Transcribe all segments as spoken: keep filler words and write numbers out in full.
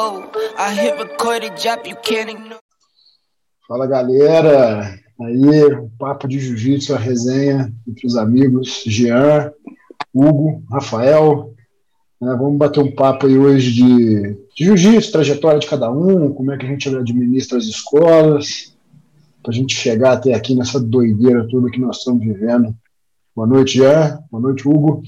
I hit record a drop, you can't ignore. Fala galera, aí um papo de jiu-jitsu, a resenha entre os amigos Jean, Hugo, Rafael, né? Vamos bater um papo aí hoje de, de jiu-jitsu, trajetória de cada um, como é que a gente administra as escolas, para a gente chegar até aqui nessa doideira toda que nós estamos vivendo. Boa noite, Jean, boa noite, Hugo.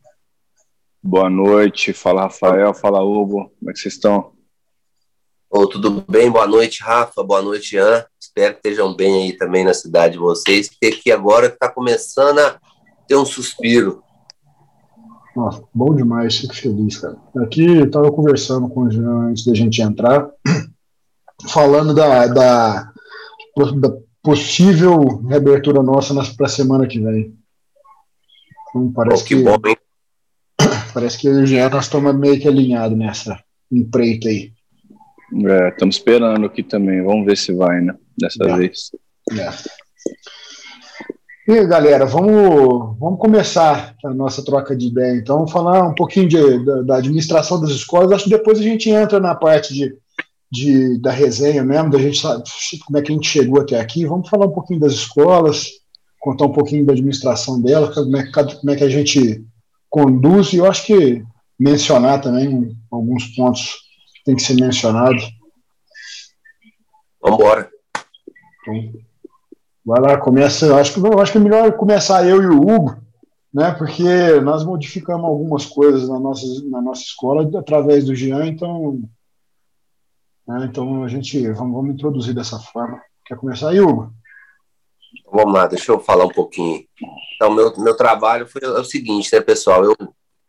Boa noite, fala Rafael, fala Hugo, como é que vocês estão? Oh, tudo bem? Boa noite, Rafa, boa noite, Ian. Espero que estejam bem aí também na cidade de vocês, porque aqui agora está começando a ter um suspiro. Nossa, bom demais, fico feliz, cara. Aqui eu estava conversando com o Jean antes da gente entrar, falando da, da, da possível reabertura nossa para a semana que vem. Então, parece Oh, que, que bom, hein? Parece que eu e o Jean nós estamos meio que alinhados nessa empreita aí. É, estamos esperando aqui também, vamos ver se vai, né, dessa É. vez. É. E aí, galera, vamos, vamos começar a nossa troca de ideia, então, vamos falar um pouquinho de, da, da administração das escolas. Acho que depois a gente entra na parte de, de, da resenha mesmo, da gente sabe como é que a gente chegou até aqui. Vamos falar um pouquinho das escolas, contar um pouquinho da administração dela, como é, que- como é que a gente conduz, e eu acho que mencionar também alguns pontos que tem que ser mencionado. Vamos embora. Então, vai lá, começa. Eu acho que, eu acho que é melhor começar eu e o Hugo, né? Porque nós modificamos algumas coisas na nossa, na nossa escola através do Jean, então, né, então a gente vamos, vamos introduzir dessa forma. Quer começar aí, Hugo? Vamos lá, deixa eu falar um pouquinho. Então, meu, meu trabalho foi é o seguinte, né, pessoal? Eu,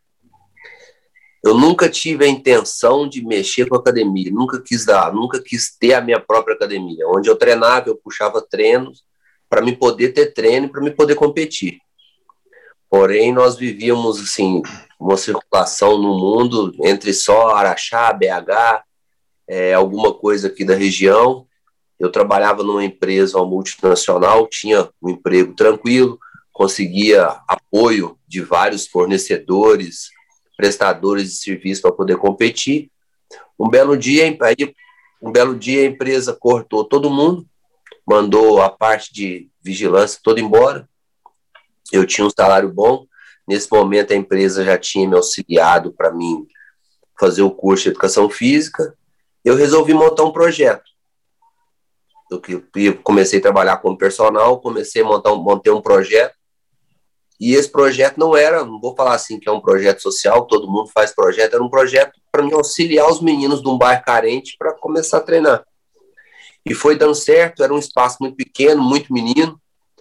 eu nunca tive a intenção de mexer com a academia, nunca quis dar, nunca quis ter a minha própria academia. Onde eu treinava, eu puxava treinos para me poder ter treino e para me poder competir. Porém, nós vivíamos, assim, uma circulação no mundo entre só Araxá, B H, é, alguma coisa aqui da região. Eu trabalhava numa empresa, uma multinacional, tinha um emprego tranquilo, conseguia apoio de vários fornecedores, prestadores de serviço para poder competir. Um belo dia, aí, um belo dia a empresa cortou todo mundo, mandou a parte de vigilância toda embora. Eu tinha um salário bom. Nesse momento a empresa já tinha me auxiliado para mim fazer o curso de educação física. Eu resolvi montar um projeto. Eu que- eu comecei a trabalhar como personal, comecei a montar um, montei um projeto, e esse projeto não era, não vou falar assim que é um projeto social, todo mundo faz projeto, era um projeto para me auxiliar os meninos de um bairro carente para começar a treinar. E foi dando certo, era um espaço muito pequeno, muito menino,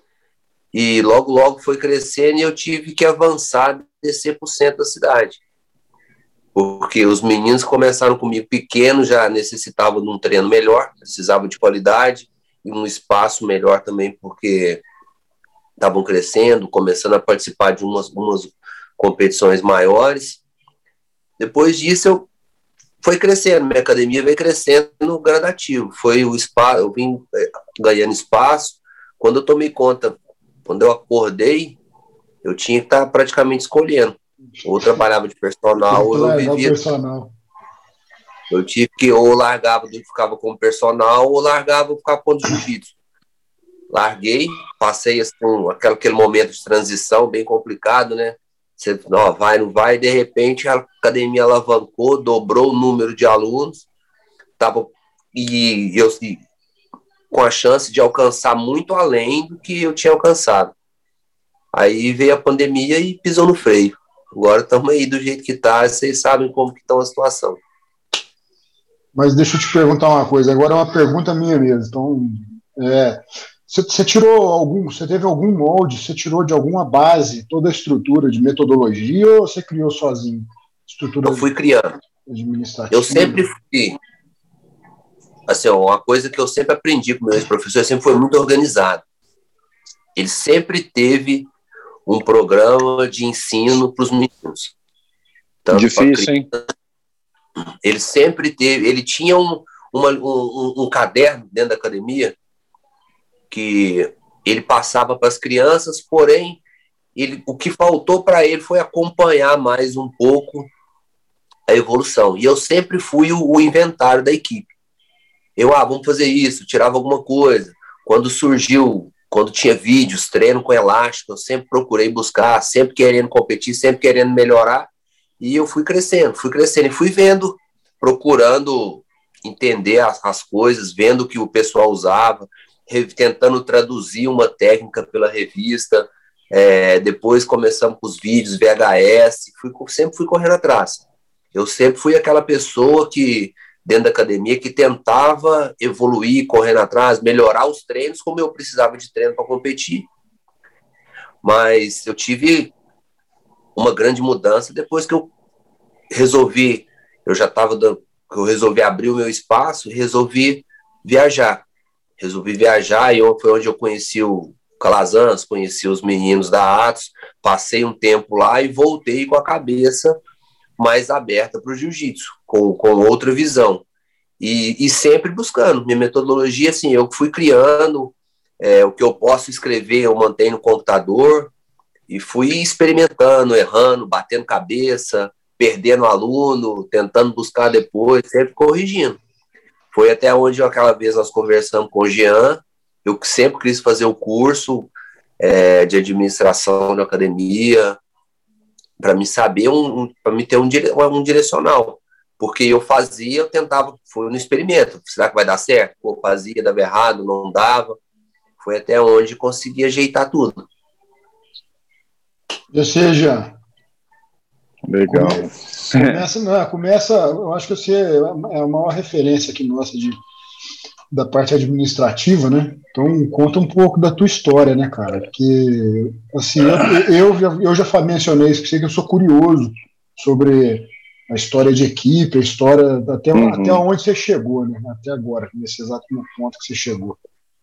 e logo, logo foi crescendo, e eu tive que avançar, descer para o centro da cidade. Porque os meninos começaram comigo pequenos, já necessitavam de um treino melhor, precisavam de qualidade e um espaço melhor também, porque estavam crescendo, começando a participar de umas, umas competições maiores. Depois disso, eu foi crescendo, minha academia veio crescendo gradativo. Foi o espaço, eu vim eh, ganhando espaço. Quando eu tomei conta, quando eu acordei, eu tinha que estar praticamente escolhendo. Ou trabalhava de personal, ou eu Largar o vivia. personal. Eu tive que ou largava, eu ficava como personal, ou largava, eu ficava com jiu-jitsu. Larguei, passei assim, um- aquele, aquele momento de transição bem complicado, né? Você ó, vai, não vai, e de repente a academia alavancou, dobrou o número de alunos, tava, e eu e, com a chance de alcançar muito além do que eu tinha alcançado. Aí veio a pandemia e pisou no freio. Agora estamos aí do jeito que está, vocês sabem como que está a situação. Mas deixa eu te perguntar uma coisa, agora é uma pergunta minha mesmo. Então, é, você, você tirou algum, você teve algum molde, você tirou de alguma base toda a estrutura de metodologia, ou você criou sozinho? Estrutura Eu fui criando. administrativa? Eu sempre fui, assim, ó, uma coisa que eu sempre aprendi com o meu ex-professor, ele sempre foi muito organizado. Ele sempre teve um programa de ensino para os meninos. Tanto pra Difícil, cri- hein? Ele sempre teve, ele tinha um, uma- um, um- um caderno dentro da academia que ele passava para as crianças, porém, ele, o que faltou para ele foi acompanhar mais um pouco a evolução. E eu sempre fui o, o inventário da equipe. Eu, ah, vamos fazer isso, tirava alguma coisa. Quando surgiu, quando tinha vídeos, treino com elástico, eu sempre procurei buscar, sempre querendo competir, sempre querendo melhorar. E eu fui crescendo, fui crescendo e fui vendo, procurando entender as, as coisas, vendo o que o pessoal usava, re, tentando traduzir uma técnica pela revista. É, depois começamos com os vídeos, V H S, fui, sempre fui correndo atrás. Eu sempre fui aquela pessoa que, dentro da academia, que tentava evoluir, correndo atrás, melhorar os treinos, como eu precisava de treino para competir. Mas eu tive uma grande mudança depois que eu resolvi, eu já estava dando, eu resolvi abrir o meu espaço e resolvi viajar. Resolvi viajar e eu, foi onde eu conheci o Calazans, conheci os meninos da Atos, passei um tempo lá e voltei com a cabeça mais aberta para o jiu-jitsu, com, com outra visão. E, e sempre buscando. Minha metodologia, assim, eu fui criando, é, o que eu posso escrever, eu mantenho no computador, e fui experimentando, errando, batendo cabeça, perdendo aluno, tentando buscar depois, sempre corrigindo. Foi até onde aquela vez nós conversamos com o Jean, eu sempre quis fazer o curso é, de administração de academia, para me saber, um, um, para me ter um, dire, um direcional. Porque eu fazia, eu tentava, foi no experimento. Será que vai dar certo? Pô, fazia, dava errado, não dava. Foi até onde consegui ajeitar tudo. Ou seja, legal. Come, começa, não, começa, eu acho que você é a maior referência aqui nossa de, da parte administrativa, né? Então, conta um pouco da tua história, né, cara? Porque, assim, eu, eu, eu já mencionei isso, que sei que eu sou curioso sobre a história de equipe, a história, até, uhum. até onde você chegou, né? Até agora, nesse exato ponto que você chegou.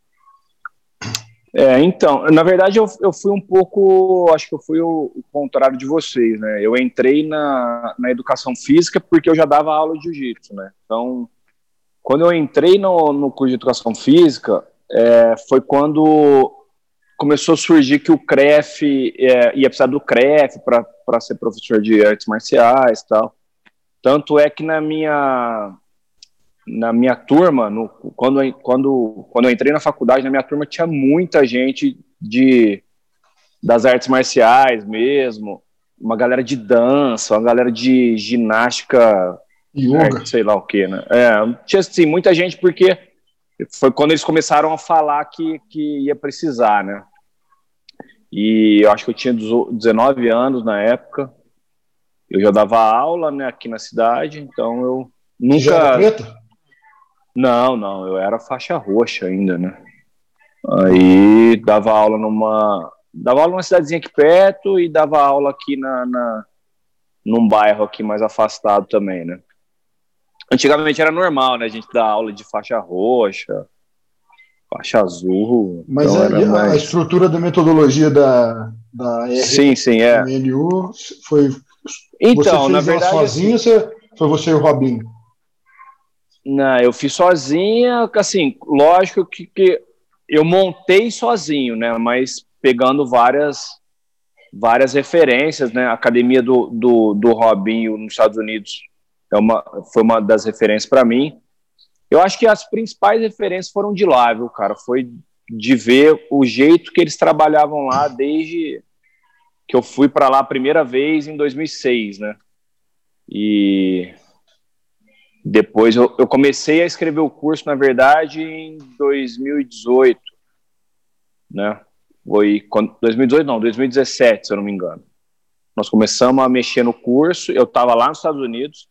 É, então, na verdade, eu, eu fui um pouco, acho que eu fui o, o contrário de vocês, né? Eu entrei na, na educação física porque eu já dava aula de jiu-jitsu, né? Então, quando eu entrei no, no curso de educação física, é, foi quando começou a surgir que o C R E F, é, ia precisar do C R E F para ser professor de artes marciais e tal. Tanto é que na minha, na minha turma, no, quando, quando, quando eu entrei na faculdade, na minha turma tinha muita gente de, das artes marciais mesmo, uma galera de dança, uma galera de ginástica, yoga, sei lá o que, né? É, tinha assim, muita gente porque foi quando eles começaram a falar que, que ia precisar, né? E eu acho que eu tinha dezenove anos na época. Eu já dava aula, né, aqui na cidade, então eu nunca... Já era preta? Não, não, eu era faixa roxa ainda, né? Aí dava aula numa... Dava aula numa cidadezinha aqui perto e dava aula aqui na, na... num bairro aqui mais afastado também, né? Antigamente era normal, né, a gente dar aula de faixa roxa, faixa azul... Mas então a, mais... a estrutura da metodologia da, da R sim, sim, é. M L U foi... Então, você fez na verdade, ela sozinho assim, ou você, foi você e o Robinho? Não, eu fiz sozinha, assim, lógico que, que eu montei sozinho, né, mas pegando várias, várias referências, né, a academia do, do, do Robinho nos Estados Unidos é uma, foi uma das referências para mim. Eu acho que as principais referências foram de lá, viu, cara, foi de ver o jeito que eles trabalhavam lá desde... que eu fui para lá a primeira vez em dois mil e seis, né? E depois eu, eu comecei a escrever o curso, na verdade, em dois mil e dezoito, né? Foi quando, dois mil e dezoito não, dois mil e dezessete, se eu não me engano. Nós começamos a mexer no curso, eu estava lá nos Estados Unidos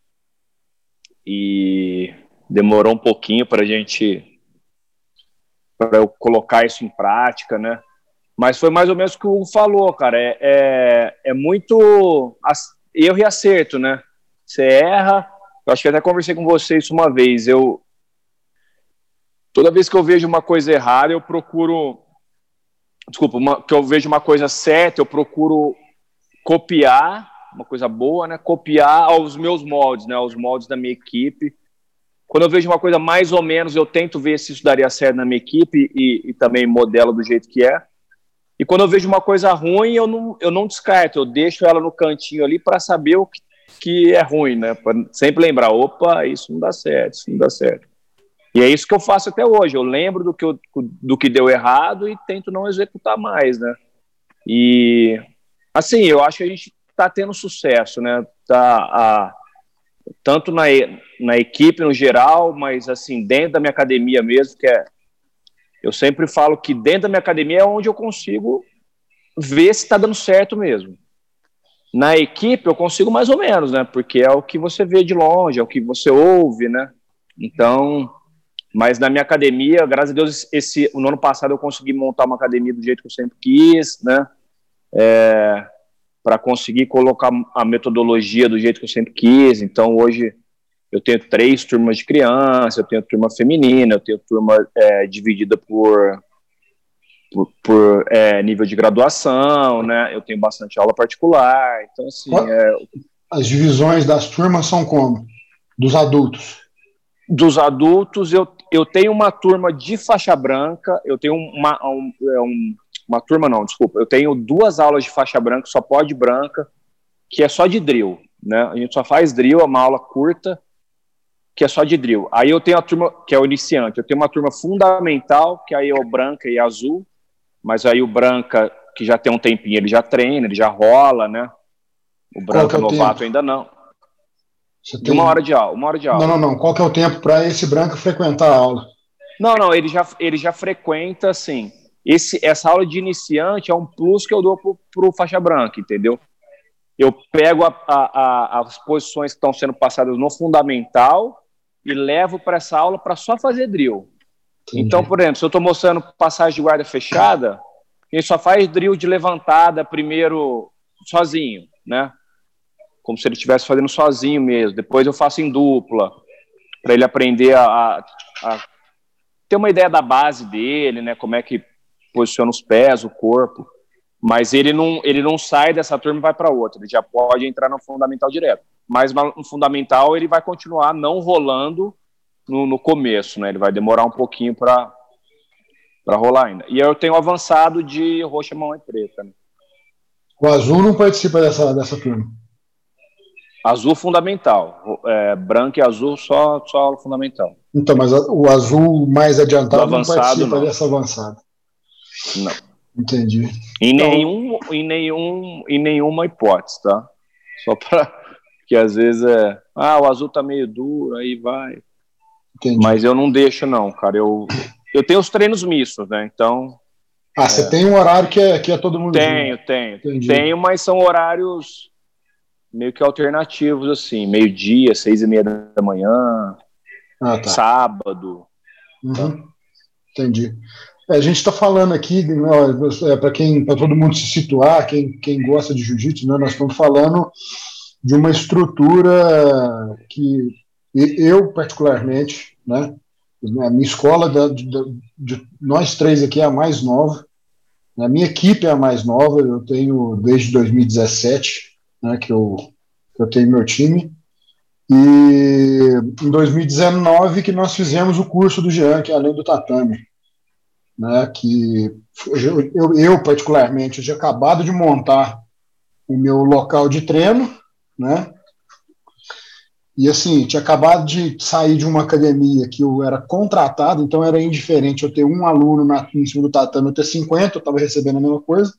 e demorou um pouquinho para a gente, para eu colocar isso em prática, né? Mas foi mais ou menos o que o Hugo falou, cara. É, é, é muito erro e acerto, né? Você erra. Eu acho que até conversei com você isso uma vez. Eu, toda vez que eu vejo uma coisa errada, eu procuro... Desculpa, uma, que eu vejo uma coisa certa, eu procuro copiar, uma coisa boa, né? Copiar aos meus moldes, né? Aos moldes da minha equipe. Quando eu vejo uma coisa mais ou menos, eu tento ver se isso daria certo na minha equipe e, e também modelo do jeito que é. E quando eu vejo uma coisa ruim, eu não, eu não descarto, eu deixo ela no cantinho ali para saber o que, que é ruim, né? Pra sempre lembrar, opa, isso não dá certo, isso não dá certo. E é isso que eu faço até hoje. Eu lembro do que, eu, do que deu errado e tento não executar mais, né? E, assim, eu acho que a gente está tendo sucesso, né? Tá, a, tanto na, na equipe no geral, mas, assim, dentro da minha academia mesmo, que é... Eu sempre falo que dentro da minha academia é onde eu consigo ver se está dando certo mesmo. Na equipe eu consigo mais ou menos, né? Porque é o que você vê de longe, é o que você ouve, né? Então, mas na minha academia, graças a Deus, esse, no ano passado eu consegui montar uma academia do jeito que eu sempre quis, né? É, para conseguir colocar a metodologia do jeito que eu sempre quis. Então, hoje eu tenho três turmas de criança, eu tenho turma feminina, eu tenho turma é, dividida por... por, por é, nível de graduação, né? Eu tenho bastante aula particular, então assim... É... As divisões das turmas são como? Dos adultos? Dos adultos, eu, eu tenho uma turma de faixa branca, eu tenho uma, um, um, uma turma não, desculpa, eu tenho duas aulas de faixa branca, só pode branca, que é só de drill, né? A gente só faz drill, é uma aula curta, que é só de drill. Aí eu tenho a turma, que é o iniciante, eu tenho uma turma fundamental, que aí é o branca e azul, mas aí o branca, que já tem um tempinho, ele já treina, ele já rola, né? O branca é o novato tempo? Ainda não. Você de tem... uma hora de aula, uma hora de aula. Não, não, não. Qual que é o tempo para esse branca frequentar a aula? Não, não, ele já, ele já frequenta, assim, esse, essa aula de iniciante é um plus que eu dou pro, pro faixa branca, entendeu? Eu pego a, a, a, as posições que estão sendo passadas no fundamental e levo para essa aula para só fazer drill. Entendi. Então, por exemplo, se eu estou mostrando passagem de guarda fechada, ele só faz drill de levantada primeiro sozinho, né? Como se ele estivesse fazendo sozinho mesmo. Depois eu faço em dupla, para ele aprender a, a, a ter uma ideia da base dele, né? Como é que posiciona os pés, o corpo. Mas ele não, ele não sai dessa turma e vai para outra. Ele já pode entrar no fundamental direto. Mas no fundamental ele vai continuar não rolando No, no começo, né? Ele vai demorar um pouquinho para para rolar ainda. E eu tenho avançado de roxa, marrom e preta. Né? O azul não participa dessa, dessa turma? Azul fundamental. É, branco e azul só, só aula fundamental. Então, mas o azul mais adiantado não participa não. dessa avançada? Não. Entendi. Em, então... nenhum, em, nenhum, em nenhuma hipótese, tá? Só para... que às vezes é... Ah, o azul tá meio duro, aí vai... Entendi. Mas eu não deixo, não, cara. Eu, eu tenho os treinos mistos, né? Então. Ah, é... você tem um horário que é, que é todo mundo. Tenho, junto. tenho. Entendi. Tenho, mas são horários meio que alternativos, assim. Meio-dia, seis e meia da manhã, ah, tá. sábado. Uhum. Tá. Entendi. É, a gente está falando aqui, é, para quem, para todo mundo se situar, quem, quem gosta de jiu-jitsu, né? Nós estamos falando de uma estrutura que eu, particularmente, né, a minha escola, da, de, de nós três aqui, é a mais nova, a minha equipe é a mais nova, eu tenho desde dois mil e dezessete, né, que, eu, que eu tenho meu time, e em dois mil e dezenove que nós fizemos o curso do Jean, que é além do tatame, né, que eu, eu, eu particularmente, eu tinha acabado de montar o meu local de treino, né, e assim, tinha acabado de sair de uma academia que eu era contratado, então era indiferente eu ter um aluno na, em cima do tatame, eu ter cinquenta, eu estava recebendo a mesma coisa.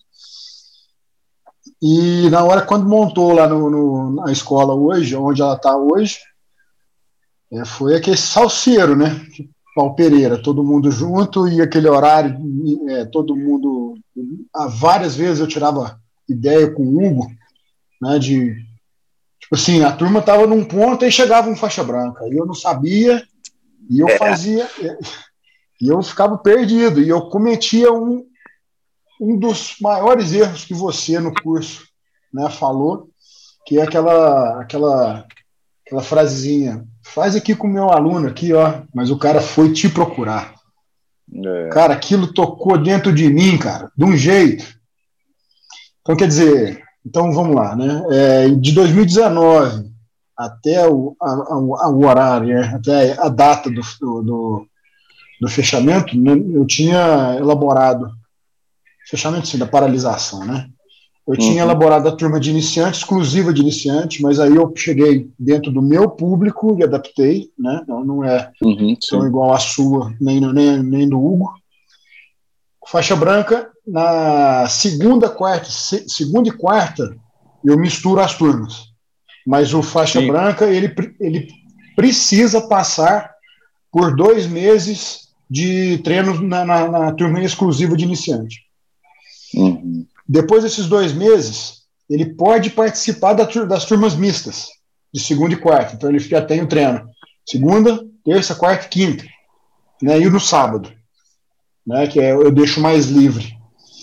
E na hora, quando montou lá no, no, na escola hoje, onde ela está hoje, é, foi aquele salseiro, né? Pau Pereira, todo mundo junto, e aquele horário, é, todo mundo... Várias vezes eu tirava ideia com o Hugo, né, de... Tipo assim, a turma estava num ponto e chegava um faixa branca, e eu não sabia, e eu fazia, e eu ficava perdido, e eu cometia um, um dos maiores erros que você no curso, né, falou, que é aquela, aquela, aquela frasezinha, faz aqui com o meu aluno aqui, ó, mas o cara foi te procurar. É. Cara, aquilo tocou dentro de mim, cara, de um jeito. Então, quer dizer... Então, vamos lá, né? É, de dois mil e dezenove até o, a, a, o horário, né? Até a data do, do, do fechamento, né? Eu tinha elaborado, fechamento sim, da paralisação, né? Eu tinha Uhum. elaborado a turma de iniciante, exclusiva de iniciante, mas aí eu cheguei dentro do meu público e adaptei, né? Não, não é Uhum, tão sim. igual a sua, nem, nem, nem do Hugo. Faixa branca, na segunda, quarta, se, segunda e quarta, eu misturo as turmas. Mas o faixa Sim. branca, ele, ele precisa passar por dois meses de treino na, na, na turma exclusiva de iniciante. Uhum. Depois desses dois meses, ele pode participar da, das turmas mistas, de segunda e quarta. Então ele já tem o treino. Segunda, terça, quarta e quinta. Né, e no sábado. Né, que é, eu deixo mais livre.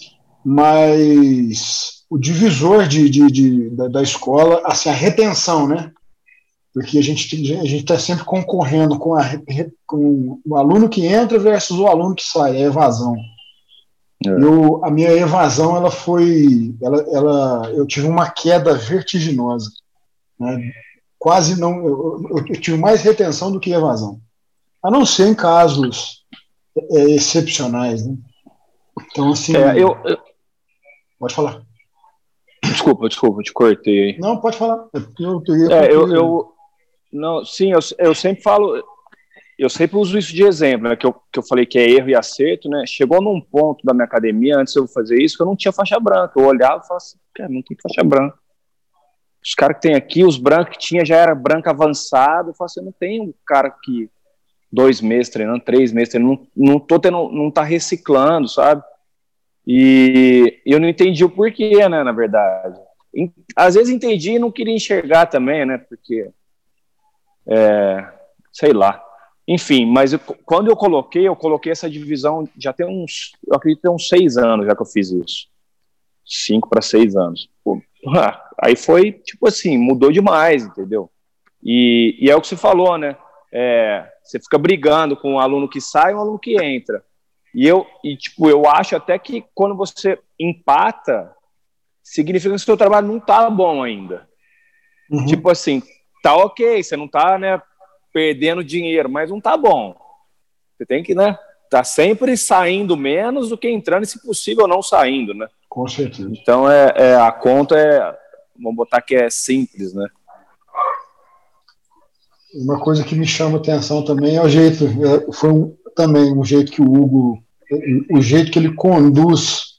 Mas o divisor de, de, de da, da escola, assim, a retenção, né? Porque a gente a gente está sempre concorrendo com, a, com o aluno que entra versus o aluno que sai, a evasão. É. Eu, a minha evasão, ela foi, ela, ela, eu tive uma queda vertiginosa, né? Quase não, eu, eu, eu tive mais retenção do que evasão, a não ser em casos é, excepcionais, né? Então, assim, É, eu, eu... pode falar. Desculpa, desculpa, te cortei aí. Não, pode falar. Eu, eu, é, eu, eu, não, sim, eu, eu sempre falo, eu sempre uso isso de exemplo, né, que, eu, que eu falei que é erro e acerto, né? Chegou num ponto da minha academia, antes de eu fazer isso, que eu não tinha faixa branca. Eu olhava e falava assim, cara, não tem faixa branca. Os caras que tem aqui, os brancos que tinha já era branco avançado. Eu falava assim, não tem um cara que dois meses treinando, três meses treinando, não, não tô tendo, não tá reciclando, sabe? E eu não entendi o porquê, né, na verdade. Às vezes entendi e não queria enxergar também, né, porque, é, sei lá. Enfim, mas eu, quando eu coloquei, eu coloquei essa divisão, já tem uns, eu acredito que tem uns seis anos já que eu fiz isso. Cinco para seis anos. Pô, aí foi, tipo assim, mudou demais, entendeu? E, e é o que você falou, né? É, você fica brigando com um aluno que sai e um aluno que entra. E eu, e, tipo, eu acho até que quando você empata, significa que o seu trabalho não tá bom ainda. Uhum. Tipo assim, tá ok, você não tá, né, perdendo dinheiro, mas não tá bom. Você tem que, né, tá sempre saindo menos do que entrando, e se possível não saindo, né? Com certeza. Então, é, é, a conta é, vamos botar que é simples, né? Uma coisa que me chama atenção também é o jeito, é, foi um, também um jeito que o Hugo, o jeito que ele conduz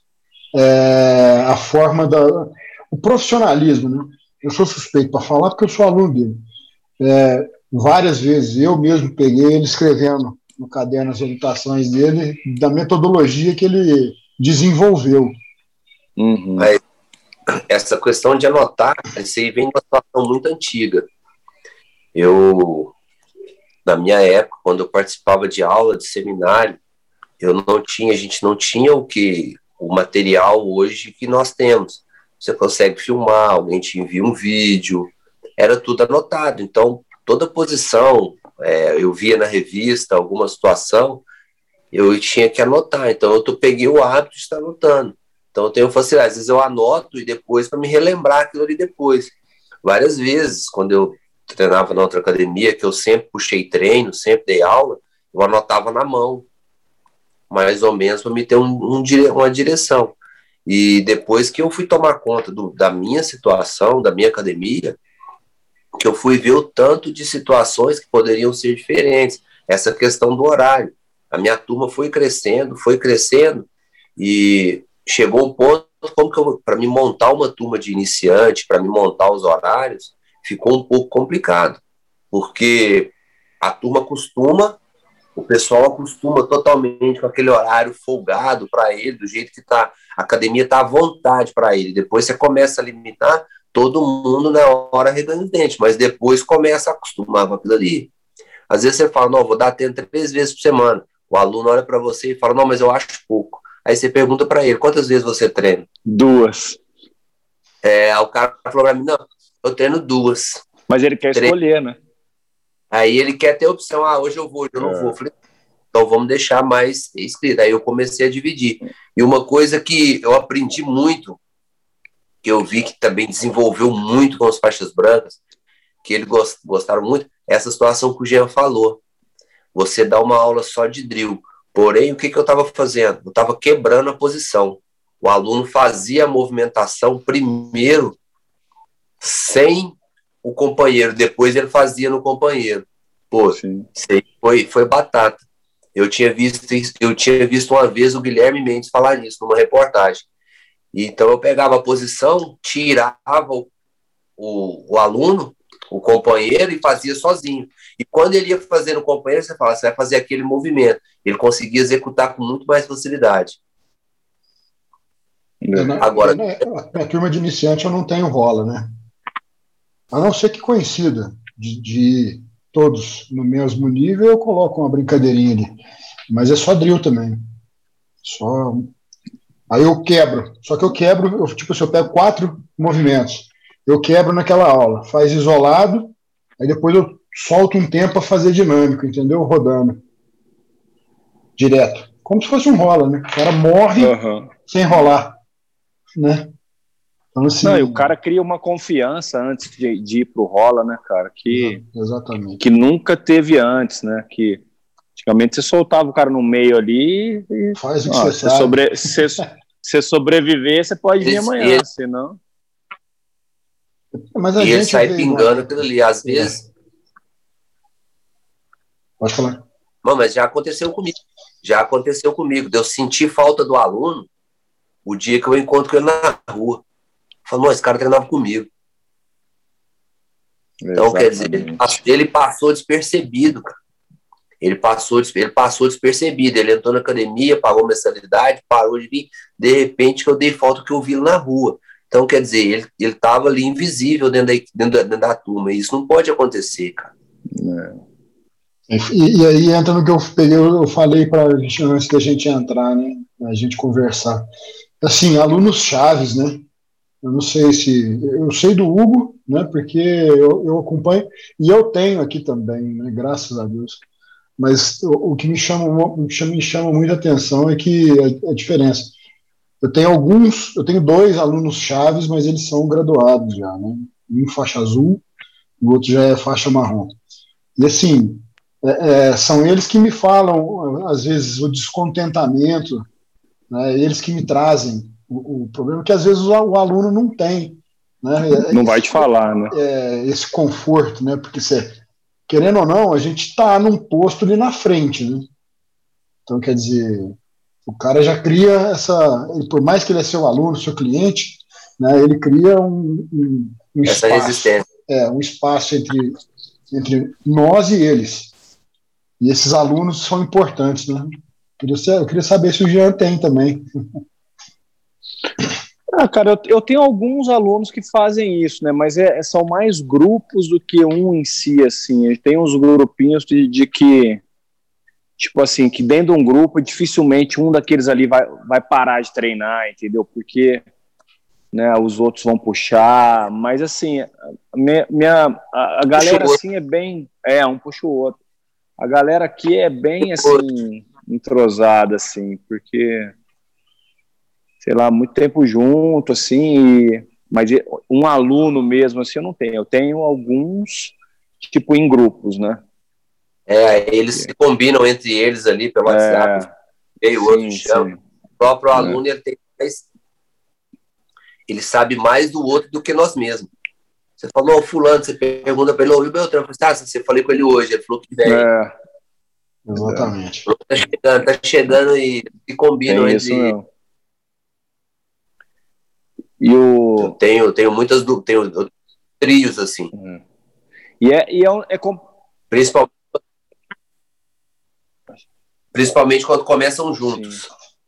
é, a forma da, o profissionalismo, né? Eu sou suspeito para falar porque eu sou aluno dele. É, várias vezes eu mesmo peguei ele escrevendo no caderno as anotações dele da metodologia que ele desenvolveu. Uhum. Mas essa questão de anotar, isso aí vem de uma situação muito antiga. Eu, na minha época, quando eu participava de aula, de seminário, eu não tinha, a gente não tinha o que o material hoje que nós temos. Você consegue filmar, alguém te envia um vídeo, era tudo anotado. Então, toda posição, é, eu via na revista alguma situação, eu tinha que anotar. Então, eu peguei o hábito de estar anotando. Então, eu tenho facilidade. Às vezes eu anoto e depois para me relembrar aquilo ali depois. Várias vezes, quando eu treinava na outra academia, que eu sempre puxei treino, sempre dei aula, eu anotava na mão, mais ou menos, para me ter um, um, uma direção. E depois que eu fui tomar conta do, da minha situação, da minha academia, que eu fui ver o tanto de situações que poderiam ser diferentes. Essa questão do horário. A minha turma foi crescendo, foi crescendo, e chegou um ponto, como que eu, para me montar uma turma de iniciante, para me montar os horários, ficou um pouco complicado, porque a turma costuma, o pessoal acostuma totalmente com aquele horário folgado para ele, do jeito que tá, a academia está à vontade para ele. Depois você começa a limitar todo mundo na hora arregando os dentes, mas depois começa a acostumar com aquilo ali. Às vezes você fala, não, vou dar treino três vezes por semana. O aluno olha para você e fala, não, mas eu acho pouco. Aí você pergunta para ele, quantas vezes você treina? Duas. É, o cara falou para mim, não, eu treino duas. Mas ele quer treino. escolher, né? Aí ele quer ter a opção, ah, hoje eu vou, hoje eu não é. vou. Eu falei, então vamos deixar mais escrito. Aí eu comecei a dividir. E uma coisa que eu aprendi muito, que eu vi que também desenvolveu muito com as faixas brancas, que eles gostaram muito, é essa situação que o Jean falou. Você dá uma aula só de drill. Porém, o que, que eu estava fazendo? Eu estava quebrando a posição. o aluno fazia a movimentação primeiro sem o companheiro, depois ele fazia no companheiro. Pô, Sim. foi, foi batata. Eu tinha visto eu tinha visto uma vez o Guilherme Mendes falar isso numa reportagem. Então eu pegava a posição, tirava o, o, o aluno, o companheiro, e fazia sozinho. E quando ele ia fazer no companheiro, você fala, você vai fazer aquele movimento. Ele conseguia executar com muito mais facilidade. Na, Agora, na, na turma de iniciante eu não tenho rola, né? A não ser que coincida de, de todos no mesmo nível, eu coloco uma brincadeirinha ali. Mas é só drill também. Só... Aí eu quebro. Só que eu quebro, eu, tipo, se eu pego quatro movimentos, eu quebro naquela aula. Faz isolado, aí depois eu solto um tempo para fazer dinâmico, entendeu? Rodando. Direto. Como se fosse um rola, né? O cara morre uhum. sem rolar. Né? Então, assim, não, e o cara cria uma confiança antes de, de ir pro rola, né, cara? Que, exatamente. Que nunca teve antes, né? Que antigamente você soltava o cara no meio ali e faz o que ó, você sabe. Sobre, se você sobreviver, você pode vir amanhã, ele, senão. Mas a e gente ele sai pingando aquilo ali, às é. vezes. Pode falar. Não, mas já aconteceu comigo. Já aconteceu comigo. De eu sentir falta do aluno o dia que eu encontro com ele na rua. Falou, não, esse cara treinava comigo. Então, exatamente. Quer dizer, ele passou despercebido, cara. Ele passou, ele passou despercebido. Ele entrou na academia, pagou mensalidade, parou de vir. De repente, que eu dei falta que eu vi ele na rua. Então, quer dizer, ele, ele tava ali invisível dentro da, dentro da, dentro da turma. E isso não pode acontecer, cara. É. E, e aí entra no que eu peguei, eu falei para antes da gente entrar, né? A gente conversar. Assim, alunos chaves, né? Eu não sei se... Eu sei do Hugo, né? Porque eu, eu acompanho, e eu tenho aqui também, né? Graças a Deus. Mas o, o que me chama, o que me chama muita atenção é que a, a diferença. Eu tenho alguns, eu tenho dois alunos chaves, mas eles são graduados já, né? Um faixa azul, o outro já é faixa marrom. E assim, é, é, são eles que me falam, às vezes, o descontentamento, né? Eles que me trazem o, o problema, que às vezes o, o aluno não tem. Né? Não vai te falar, né? É, esse conforto, né? Porque você, querendo ou não, a gente está num posto ali na frente, né? Então, quer dizer, o cara já cria essa, por mais que ele é seu aluno, seu cliente, né? Ele cria um, um, um essa espaço, resistência. É, um espaço entre, entre nós e eles. E esses alunos são importantes, né? Eu queria saber se o Jean tem também. Ah, cara, eu, eu tenho alguns alunos que fazem isso, né? Mas é, são mais grupos do que um em si, assim. Tem uns grupinhos de, de que, tipo assim, que dentro de um grupo, dificilmente um daqueles ali vai, vai parar de treinar, entendeu? Porque, né, os outros vão puxar. Mas, assim, a, minha, a, a galera, assim, é bem... É, um puxa o outro. A galera aqui é bem, assim, entrosada, assim, porque... sei lá, muito tempo junto, assim, e, mas um aluno mesmo, assim, eu não tenho. Eu tenho alguns, tipo, em grupos, né? É, eles se combinam entre eles ali pelo WhatsApp, é, e o outro chama. O próprio é. aluno, ele tem mais, ele sabe mais do outro do que nós mesmos. Você falou, oh, fulano, você pergunta para ele, ouviu meu trampo? Ah, você falei com ele hoje, ele falou que vem. É. Exatamente. Tá chegando, tá chegando e se combinam tem entre eles. E o... Eu tenho, eu tenho muitas tenho, eu tenho trios assim. Uhum. E é, e é, é comp... principalmente, principalmente quando começam juntos.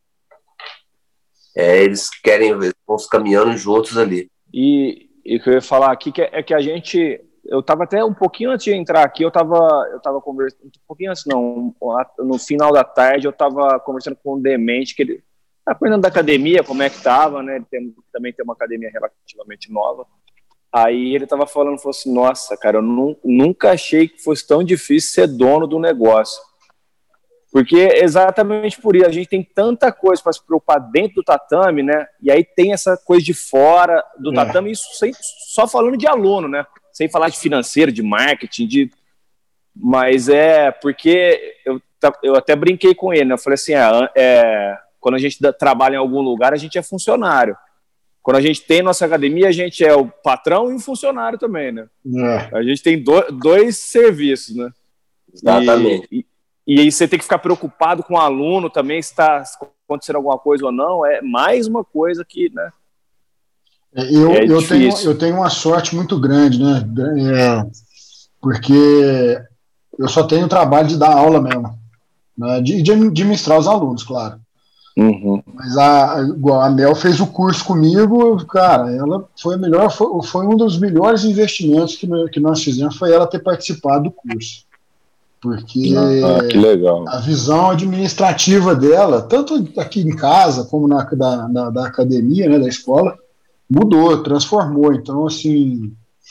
É, eles querem ver, vão caminhando juntos ali. E, e o que eu ia falar aqui que é, é que a gente. Eu estava até um pouquinho antes de entrar aqui, eu estava eu tava conversando. Um pouquinho antes, não. No final da tarde, eu estava conversando com um demente que ele. Tá cuidando da academia, como é que tava, né? Ele tem, também tem uma academia relativamente nova. Aí ele tava falando, falou assim, nossa, cara, eu nu, nunca achei que fosse tão difícil ser dono do negócio. Porque exatamente por isso, a gente tem tanta coisa para se preocupar dentro do tatame, né? E aí tem essa coisa de fora do é. tatame, isso sem, só falando de aluno, né? Sem falar de financeiro, de marketing, de... Mas é porque eu, eu até brinquei com ele, né? Eu falei assim, é... é quando a gente dá, trabalha em algum lugar, a gente é funcionário. Quando a gente tem nossa academia, a gente é o patrão e o funcionário também, né? É. A gente tem do, dois serviços, né? Exatamente. E, e, e aí você tem que ficar preocupado com o aluno também, se está acontecendo alguma coisa ou não. É mais uma coisa que, né? Eu, é eu, tenho, difícil. eu tenho uma sorte muito grande, né? É, porque eu só tenho o trabalho de dar aula mesmo, né? de, de administrar os alunos, claro. Uhum. Mas a, igual a Mel fez o curso comigo, cara, ela foi a melhor, foi, foi um dos melhores investimentos que, que nós fizemos, foi ela ter participado do curso. Porque Ah, que legal. a visão administrativa dela, tanto aqui em casa como na da, da, da academia, né, da escola, mudou, transformou. Então, assim,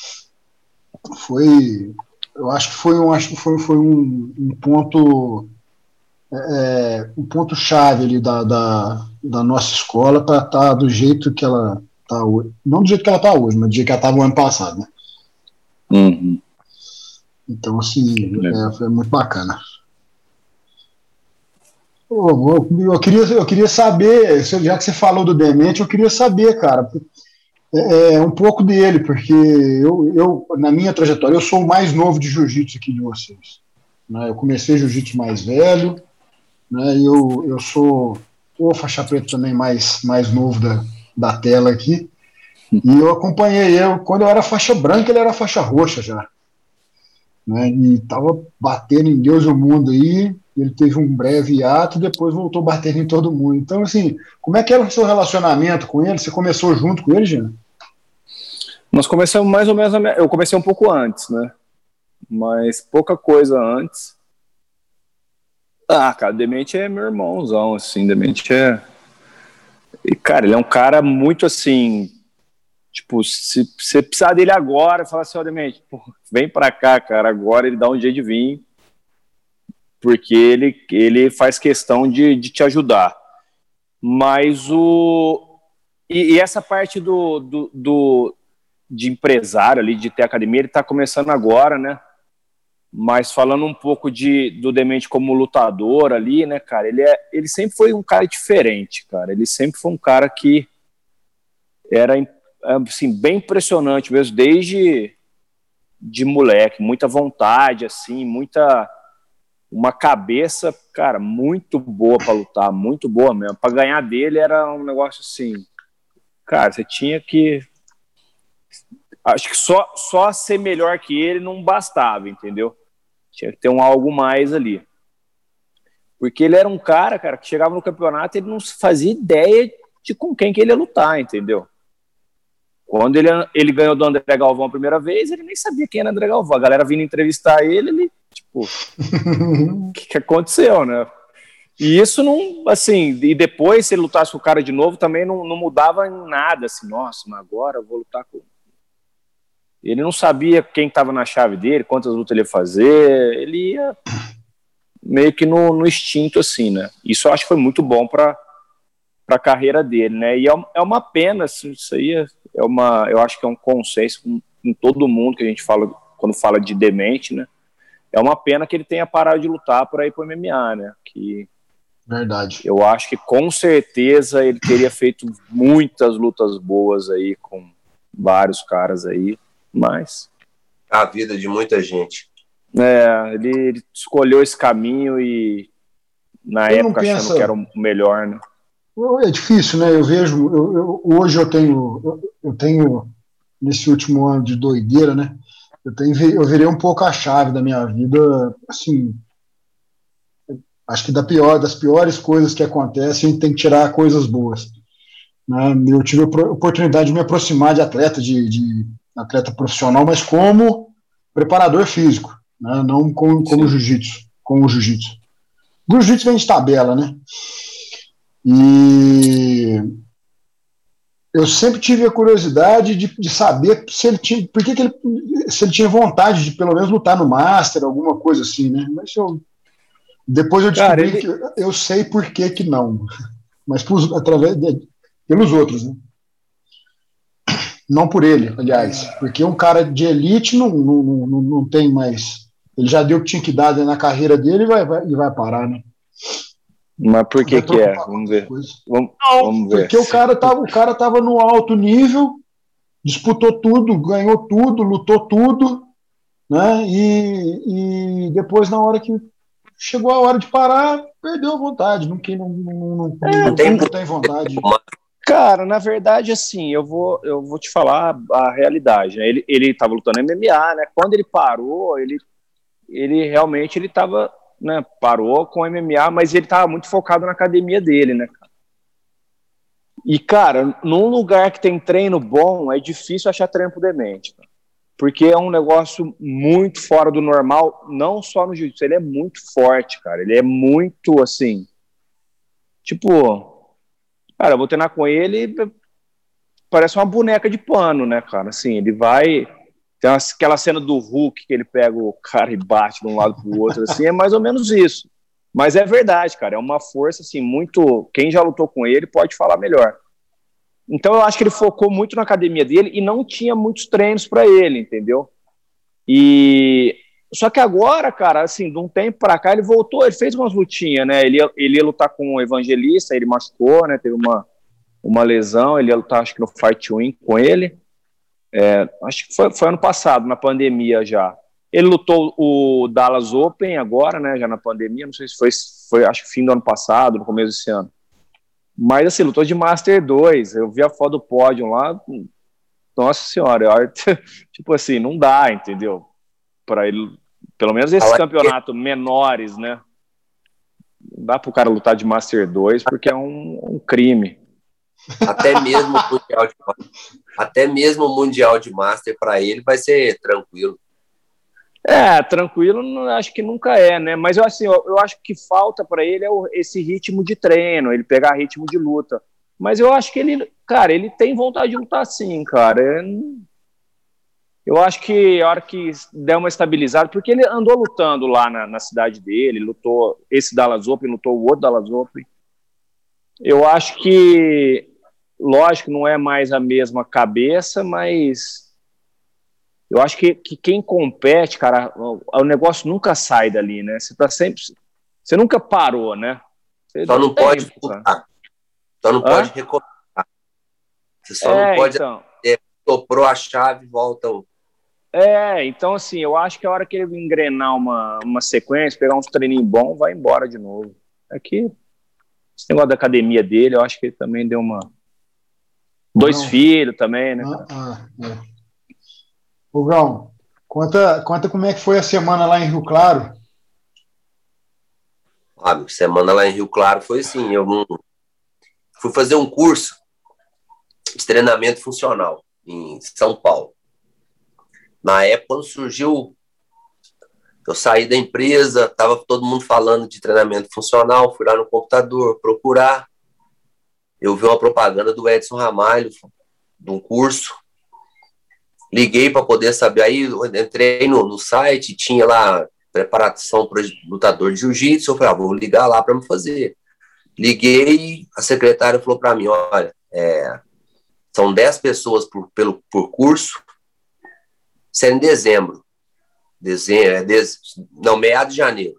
foi, eu acho que foi um, acho que foi, foi um, um ponto, é, um ponto chave ali da, da, da nossa escola para estar tá do jeito que ela está hoje, não do jeito que ela está hoje, mas do jeito que ela estava no ano passado, né? Uhum. Então, assim, é, foi muito bacana. Eu, eu, queria, eu queria saber, já que você falou do Demente, eu queria saber, cara, é, um pouco dele, porque eu, eu, na minha trajetória, eu sou o mais novo de jiu-jitsu aqui de vocês. Né? Eu comecei jiu-jitsu mais velho, né? eu, eu sou o faixa preta também mais, mais novo da, da tela aqui, e eu acompanhei ele, quando eu era faixa branca, ele era faixa roxa já. Né? E estava batendo em Deus e o mundo aí, ele teve um breve hiato e depois voltou batendo em todo mundo. Então, assim, como é que era o seu relacionamento com ele? Você começou junto com ele, Gina? Nós começamos mais ou menos, eu comecei um pouco antes, né? Mas pouca coisa antes. Ah, cara, o Demente é meu irmãozão, assim, Demente é... E, cara, ele é um cara muito, assim... Tipo, se você precisar dele agora, fala assim, ó, Demente, pô, vem pra cá, cara, agora ele dá um jeito de vir, porque ele, ele faz questão de, de te ajudar. Mas o... E, e essa parte do, do, do, de empresário ali, de ter academia, ele tá começando agora, né? Mas falando um pouco de, do Demente como lutador ali, né, cara, ele, é, ele sempre foi um cara diferente, cara. Ele sempre foi um cara que era... assim, bem impressionante mesmo, desde de moleque, muita vontade, assim, muita, uma cabeça, cara, muito boa para lutar, muito boa mesmo, para ganhar dele era um negócio assim, cara, você tinha que, acho que só, só ser melhor que ele não bastava, entendeu? Tinha que ter um algo mais ali, porque ele era um cara, cara, que chegava no campeonato, ele não fazia ideia de com quem que ele ia lutar, entendeu? Quando ele, ele ganhou do André Galvão a primeira vez, ele nem sabia quem era André Galvão. A galera vindo entrevistar ele, ele, tipo, o que, que aconteceu, né? E isso não, assim, e depois, se ele lutasse com o cara de novo, também não, não mudava em nada, assim, nossa, mas agora eu vou lutar com... Ele não sabia quem estava na chave dele, quantas lutas ele ia fazer, ele ia meio que no, no instinto, assim, né? Isso eu acho que foi muito bom para a carreira dele, né? E é, é uma pena, assim, isso aí é... É uma, eu acho que é um consenso com, com todo mundo que a gente fala quando fala de Demente, né? É uma pena que ele tenha parado de lutar para ir para o M M A, né? Que verdade. Eu acho que com certeza ele teria feito muitas lutas boas aí com vários caras aí, mas a vida de muita gente. É, ele, ele escolheu esse caminho e na eu época pensa... achando que era o melhor, né? É difícil, né? Eu vejo, eu, eu, hoje eu tenho, eu, eu tenho, nesse último ano de doideira, né? Eu, tenho, eu virei um pouco a chave da minha vida, assim, acho que da pior, das piores coisas que acontecem, a gente tem que tirar coisas boas. Né? Eu tive a oportunidade de me aproximar de atleta, de, de atleta profissional, mas como preparador físico, né? Não como, como jiu-jitsu, como jiu-jitsu. O jiu-jitsu vem de tabela, né? E eu sempre tive a curiosidade de, de saber se ele tinha, por que que ele, se ele tinha vontade de pelo menos lutar no Master, alguma coisa assim, né? Mas eu, depois eu descobri Cara, ele... que eu sei por que que não, mas por, através de, pelos outros, né? Não por ele, aliás, porque um cara de elite não, não, não, não tem mais, ele já deu o que tinha que dar na carreira dele e vai, vai, e vai parar, né? Mas por que Vai que é? preocupar com Vamos outra ver. coisa. Vamos, Não, vamos ver. porque o cara tava, o cara tava no alto nível, disputou tudo, ganhou tudo, lutou tudo, né? E, e depois, na hora que chegou a hora de parar, perdeu a vontade. Não, não, não, não, É, não, tem não tem vontade. Cara, na verdade, assim, eu vou, eu vou te falar a realidade, né? Ele, ele tava lutando M M A, né? Quando ele parou, ele, ele realmente ele tava, né? Parou com M M A, mas ele tava muito focado na academia dele, né? E, cara, num lugar que tem treino bom, é difícil achar treino pro demente, cara. Porque é um negócio muito fora do normal, não só no jiu-jitsu, ele é muito forte, cara. Ele é muito, assim, tipo... Cara, eu vou treinar com ele, parece uma boneca de pano, né, cara? Assim, ele vai... Tem uma, aquela cena do Hulk que ele pega o cara e bate de um lado pro outro, assim, é mais ou menos isso. Mas é verdade, cara, é uma força, assim, muito... Quem já lutou com ele pode falar melhor. Então eu acho que ele focou muito na academia dele e não tinha muitos treinos para ele, entendeu? E... Só que agora, cara, assim, de um tempo pra cá, ele voltou, ele fez umas lutinhas, né? Ele ia, ele ia lutar com o Evangelista, ele machucou, né? Teve uma, uma lesão, ele ia lutar, acho que no Fight Win com ele. É, acho que foi, foi ano passado, na pandemia já. Ele lutou o Dallas Open agora, né? Já na pandemia, não sei se foi, foi acho que fim do ano passado, no começo desse ano. Mas, assim, lutou de Master dois. Eu vi a foto do pódio lá. Nossa senhora, eu, tipo assim, não dá, entendeu? Para ele, pelo menos esses campeonatos menores, né? Não dá pro cara lutar de Master dois porque é um, um crime. Até mesmo o Mundial de, até mesmo o Mundial de Master para ele vai ser tranquilo. É, tranquilo, não, acho que nunca é, né? Mas eu, assim, eu, eu acho que falta para ele é o, esse ritmo de treino, ele pegar ritmo de luta. Mas eu acho que ele, cara, ele tem vontade de lutar sim, cara. Eu acho que a hora que der uma estabilizada, porque ele andou lutando lá na, na cidade dele, lutou esse Dallas Open, lutou o outro Dallas Open. Eu acho que, lógico, não é mais a mesma cabeça, mas eu acho que, que quem compete, cara, o, o negócio nunca sai dali, né? Você tá sempre, você nunca parou, né? Você só não tempo, pode lutar, só não Hã? pode recomeçar. Você só é, não pode então. é, soprou a chave e volta o É, então assim, eu acho que a hora que ele engrenar uma, uma sequência, pegar uns treininhos bons, vai embora de novo. Aqui, esse negócio da academia dele, eu acho que ele também deu uma... Dois Não. filhos também, né? Ah, ah, é. Rugão, conta, conta como é que foi a semana lá em Rio Claro. Ah, semana lá em Rio Claro foi assim, eu fui fazer um curso de treinamento funcional em São Paulo. Na época, quando surgiu, eu saí da empresa, estava todo mundo falando de treinamento funcional, fui lá no computador procurar, eu vi uma propaganda do Edson Ramalho, de um curso, liguei para poder saber, aí eu entrei no, no site, tinha lá preparação para lutador de jiu-jitsu, eu falei, ah, vou ligar lá para me fazer. Liguei, a secretária falou para mim, olha, é, são dez pessoas por, pelo, por curso, isso é em dezembro. Dezembro, é dez, não, meados de janeiro.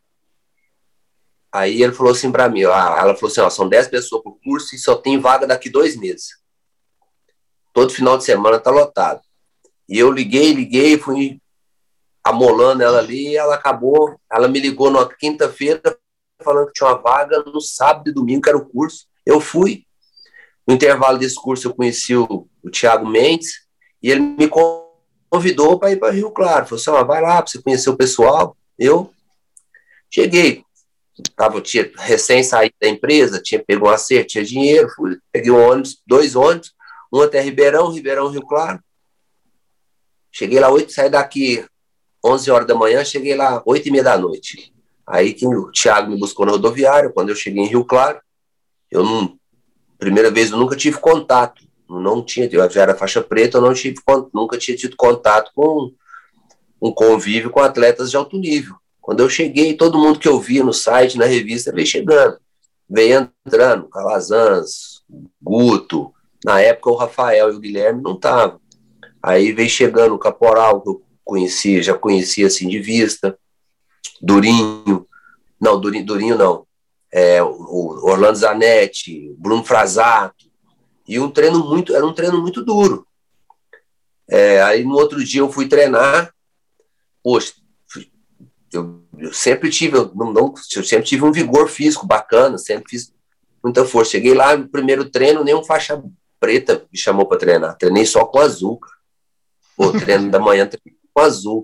Aí ele falou assim para mim, ó, ela falou assim, ó, são dez pessoas por curso e só tem vaga daqui dois meses. Todo final de semana tá lotado. E eu liguei, liguei, fui amolando ela ali, e ela acabou, ela me ligou na quinta-feira falando que tinha uma vaga no sábado e domingo, que era o curso. Eu fui. No intervalo desse curso eu conheci o, o Thiago Mendes e ele me convidou para ir para Rio Claro. Falou assim, ó, vai lá para você conhecer o pessoal. Eu cheguei. Tava, tinha recém saído da empresa, tinha pego um acerto, tinha dinheiro, fui, peguei um ônibus, dois ônibus, um até Ribeirão, Ribeirão, Rio Claro. Cheguei lá oito, saí daqui onze horas da manhã, cheguei lá oito e meia da noite. Aí que o Thiago me buscou na rodoviária, quando eu cheguei em Rio Claro, eu não, primeira vez eu nunca tive contato, não tinha, eu já era faixa preta, eu não tive, nunca tinha tido contato com um convívio com atletas de alto nível. Quando eu cheguei, todo mundo que eu via no site, na revista, veio chegando, veio entrando, Calazans, Guto, na época o Rafael e o Guilherme não estavam. Aí veio chegando o Caporal, que eu conhecia, já conhecia assim de vista, Durinho, não, Durinho, Durinho não, é, o Orlando Zanetti, Bruno Frasato, e um treino muito, era um treino muito duro. É, aí no outro dia eu fui treinar, poxa, eu, eu sempre tive, eu, não, não, eu sempre tive um vigor físico bacana, sempre fiz muita força. Cheguei lá no primeiro treino, nem um faixa preta me chamou para treinar, treinei só com azul, cara. Pô, treino da manhã, treinei com azul.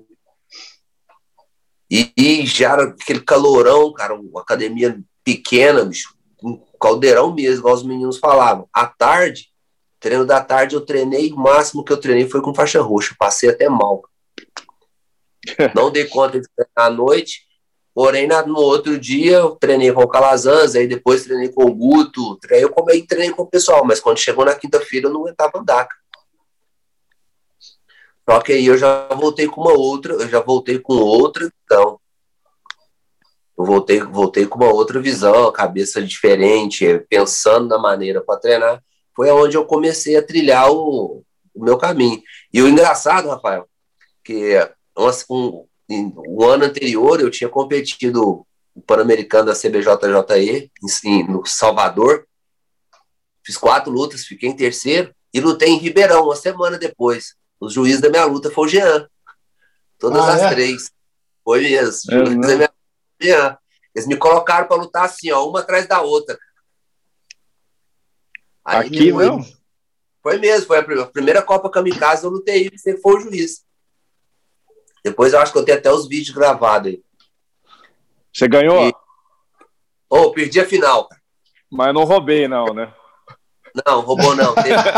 E, e já era aquele calorão, cara, uma academia pequena, bicho, um caldeirão mesmo, igual os meninos falavam. À tarde, treino da tarde, eu treinei, o máximo que eu treinei foi com faixa roxa, passei até mal. Não dei conta de treinar à noite, porém no outro dia eu treinei com o Calazans, aí depois treinei com o Guto, aí eu comei, treinei com o pessoal, mas quando chegou na quinta-feira eu não aguentava andar, cara. Só que aí eu já voltei com uma outra, eu já voltei com outra visão. Eu voltei, voltei com uma outra visão, cabeça diferente, pensando na maneira para treinar. Foi onde eu comecei a trilhar o, o meu caminho. E o engraçado, Rafael, que um, um, um ano anterior eu tinha competido o Pan-Americano da C B J J E em, no Salvador. Fiz quatro lutas, fiquei em terceiro e lutei em Ribeirão uma semana depois. O juiz da minha luta foi o Jean. Todas ah, as é? três. Foi mesmo. É, juiz da minha luta, Jean. Eles me colocaram para lutar assim, ó, uma atrás da outra. Aí Aqui, foi, não? Foi mesmo. Foi a primeira Copa Kamikaze, eu lutei e você foi o juiz. Depois eu acho que eu tenho até os vídeos gravados aí. Você ganhou? E... Oh, perdi a final. Mas não roubei, não, né? Não, roubou não.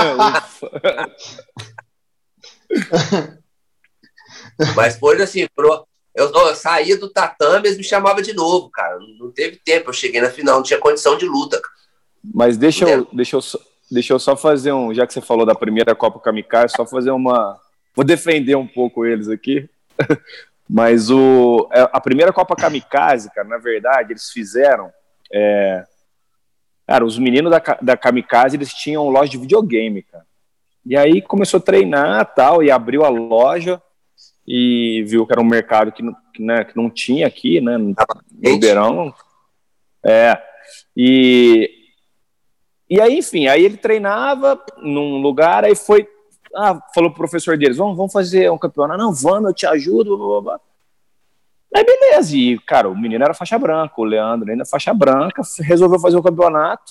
Mas foi assim, pro... eu, eu saía do tatame, eles me chamavam de novo, cara. Não teve tempo, eu cheguei na final, não tinha condição de luta, cara. Mas deixa eu, deixa, eu só, deixa eu só fazer um, já que você falou da primeira Copa Kamikaze, só fazer uma... Vou defender um pouco eles aqui. Mas o, a primeira Copa Kamikaze, cara, na verdade, eles fizeram... É... Cara, os meninos da, da Kamikaze, eles tinham loja de videogame, cara. E aí começou a treinar e tal, e abriu a loja e viu que era um mercado que, que, né, que não tinha aqui, né, no Ribeirão. É, e, e aí, enfim, aí ele treinava num lugar, aí foi, ah, falou pro professor deles, vamos, vamos fazer um campeonato. Não, vamos, eu te ajudo, blá, blá, blá. Aí beleza, e cara, o menino era faixa branca, o Leandro ainda faixa branca, resolveu fazer o campeonato.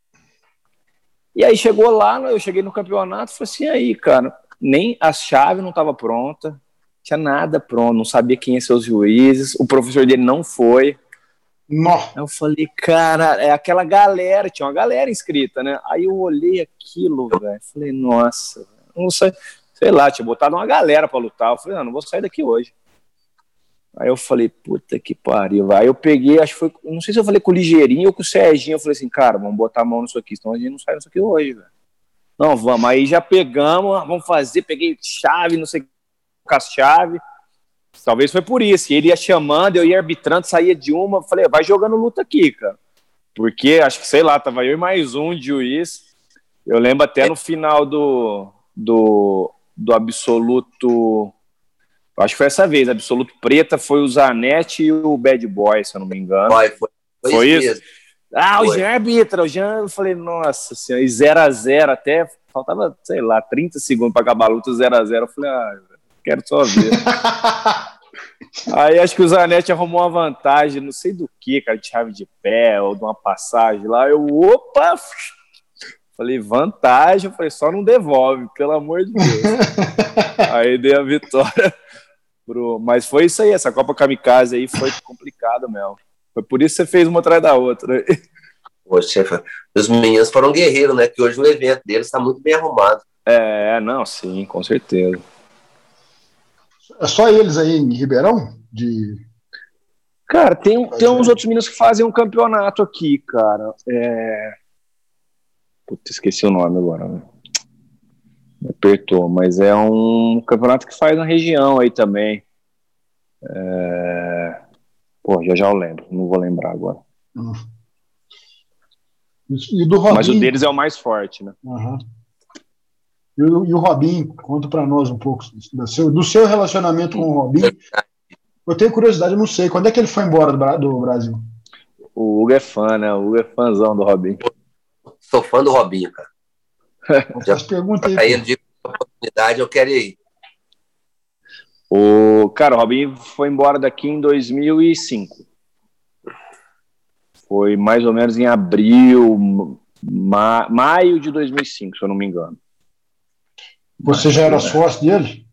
E aí chegou lá, eu cheguei no campeonato, falei assim, aí, cara, nem a chave não estava pronta, tinha nada pronto, não sabia quem iam ser os juízes, o professor dele não foi. Nossa. Aí eu falei, cara, é aquela galera, tinha uma galera inscrita, né? Aí eu olhei aquilo, velho, falei, nossa, não sei, sei lá, tinha botado uma galera pra lutar, eu falei, não, não vou sair daqui hoje. Aí eu falei, puta que pariu. Aí eu peguei, acho que foi, não sei se eu falei com o Ligeirinho ou com o Serginho, eu falei assim, cara, vamos botar a mão nisso aqui, senão a gente não sai nisso aqui hoje, velho. Não, vamos, aí já pegamos, vamos fazer, peguei chave, não sei com as chaves. Talvez foi por isso, e ele ia chamando, eu ia arbitrando, saía de uma, falei, vai jogando luta aqui, cara. Porque, acho que, sei lá, tava eu e mais um de juiz. Eu lembro até no final do, do, do absoluto... Acho que foi essa vez, absoluto preta foi o Zanetti e o Bad Boy, se eu não me engano. Foi, foi, foi, foi isso? Mesmo. Ah, foi. O Jean arbitra, o Jean, eu falei, nossa senhora, e zero a zero até, faltava, sei lá, trinta segundos para acabar a luta, zero a zero eu falei, ah, quero só ver. Aí acho que o Zanetti arrumou uma vantagem, não sei do que, cara, de chave de pé ou de uma passagem lá, eu, opa, falei, vantagem, eu falei, só não devolve, pelo amor de Deus. Aí dei a vitória. Pro... Mas foi isso aí, essa Copa Kamikaze aí foi complicado mesmo. Foi por isso que você fez uma atrás da outra. Poxa, os meninos foram guerreiros, né? Que hoje o evento deles está muito bem arrumado. É, não, sim, com certeza. É só eles aí em Ribeirão? De... Cara, tem, tem uns outros meninos que fazem um campeonato aqui, cara. É... Puta, esqueci o nome agora, né? Me apertou, mas é um campeonato que faz na região aí também. É... Pô, já já eu lembro, não vou lembrar agora. Uhum. E do Robinho... Mas o deles é o mais forte, né? Uhum. E, o, e o Robinho, conta pra nós um pouco do seu, do seu relacionamento com o Robinho. Eu tenho curiosidade, eu não sei, quando é que ele foi embora do, do Brasil? o Hugo é fã, né? O Hugo é fãzão do Robinho. Sou fã do Robinho, cara. Já pergunta aí. Aí ele diz a oportunidade, eu quero ir. O, cara, o Robinho foi embora daqui em dois mil e cinco. Foi mais ou menos em abril, ma, maio de dois mil e cinco, se eu não me engano. Você já era sócio dele?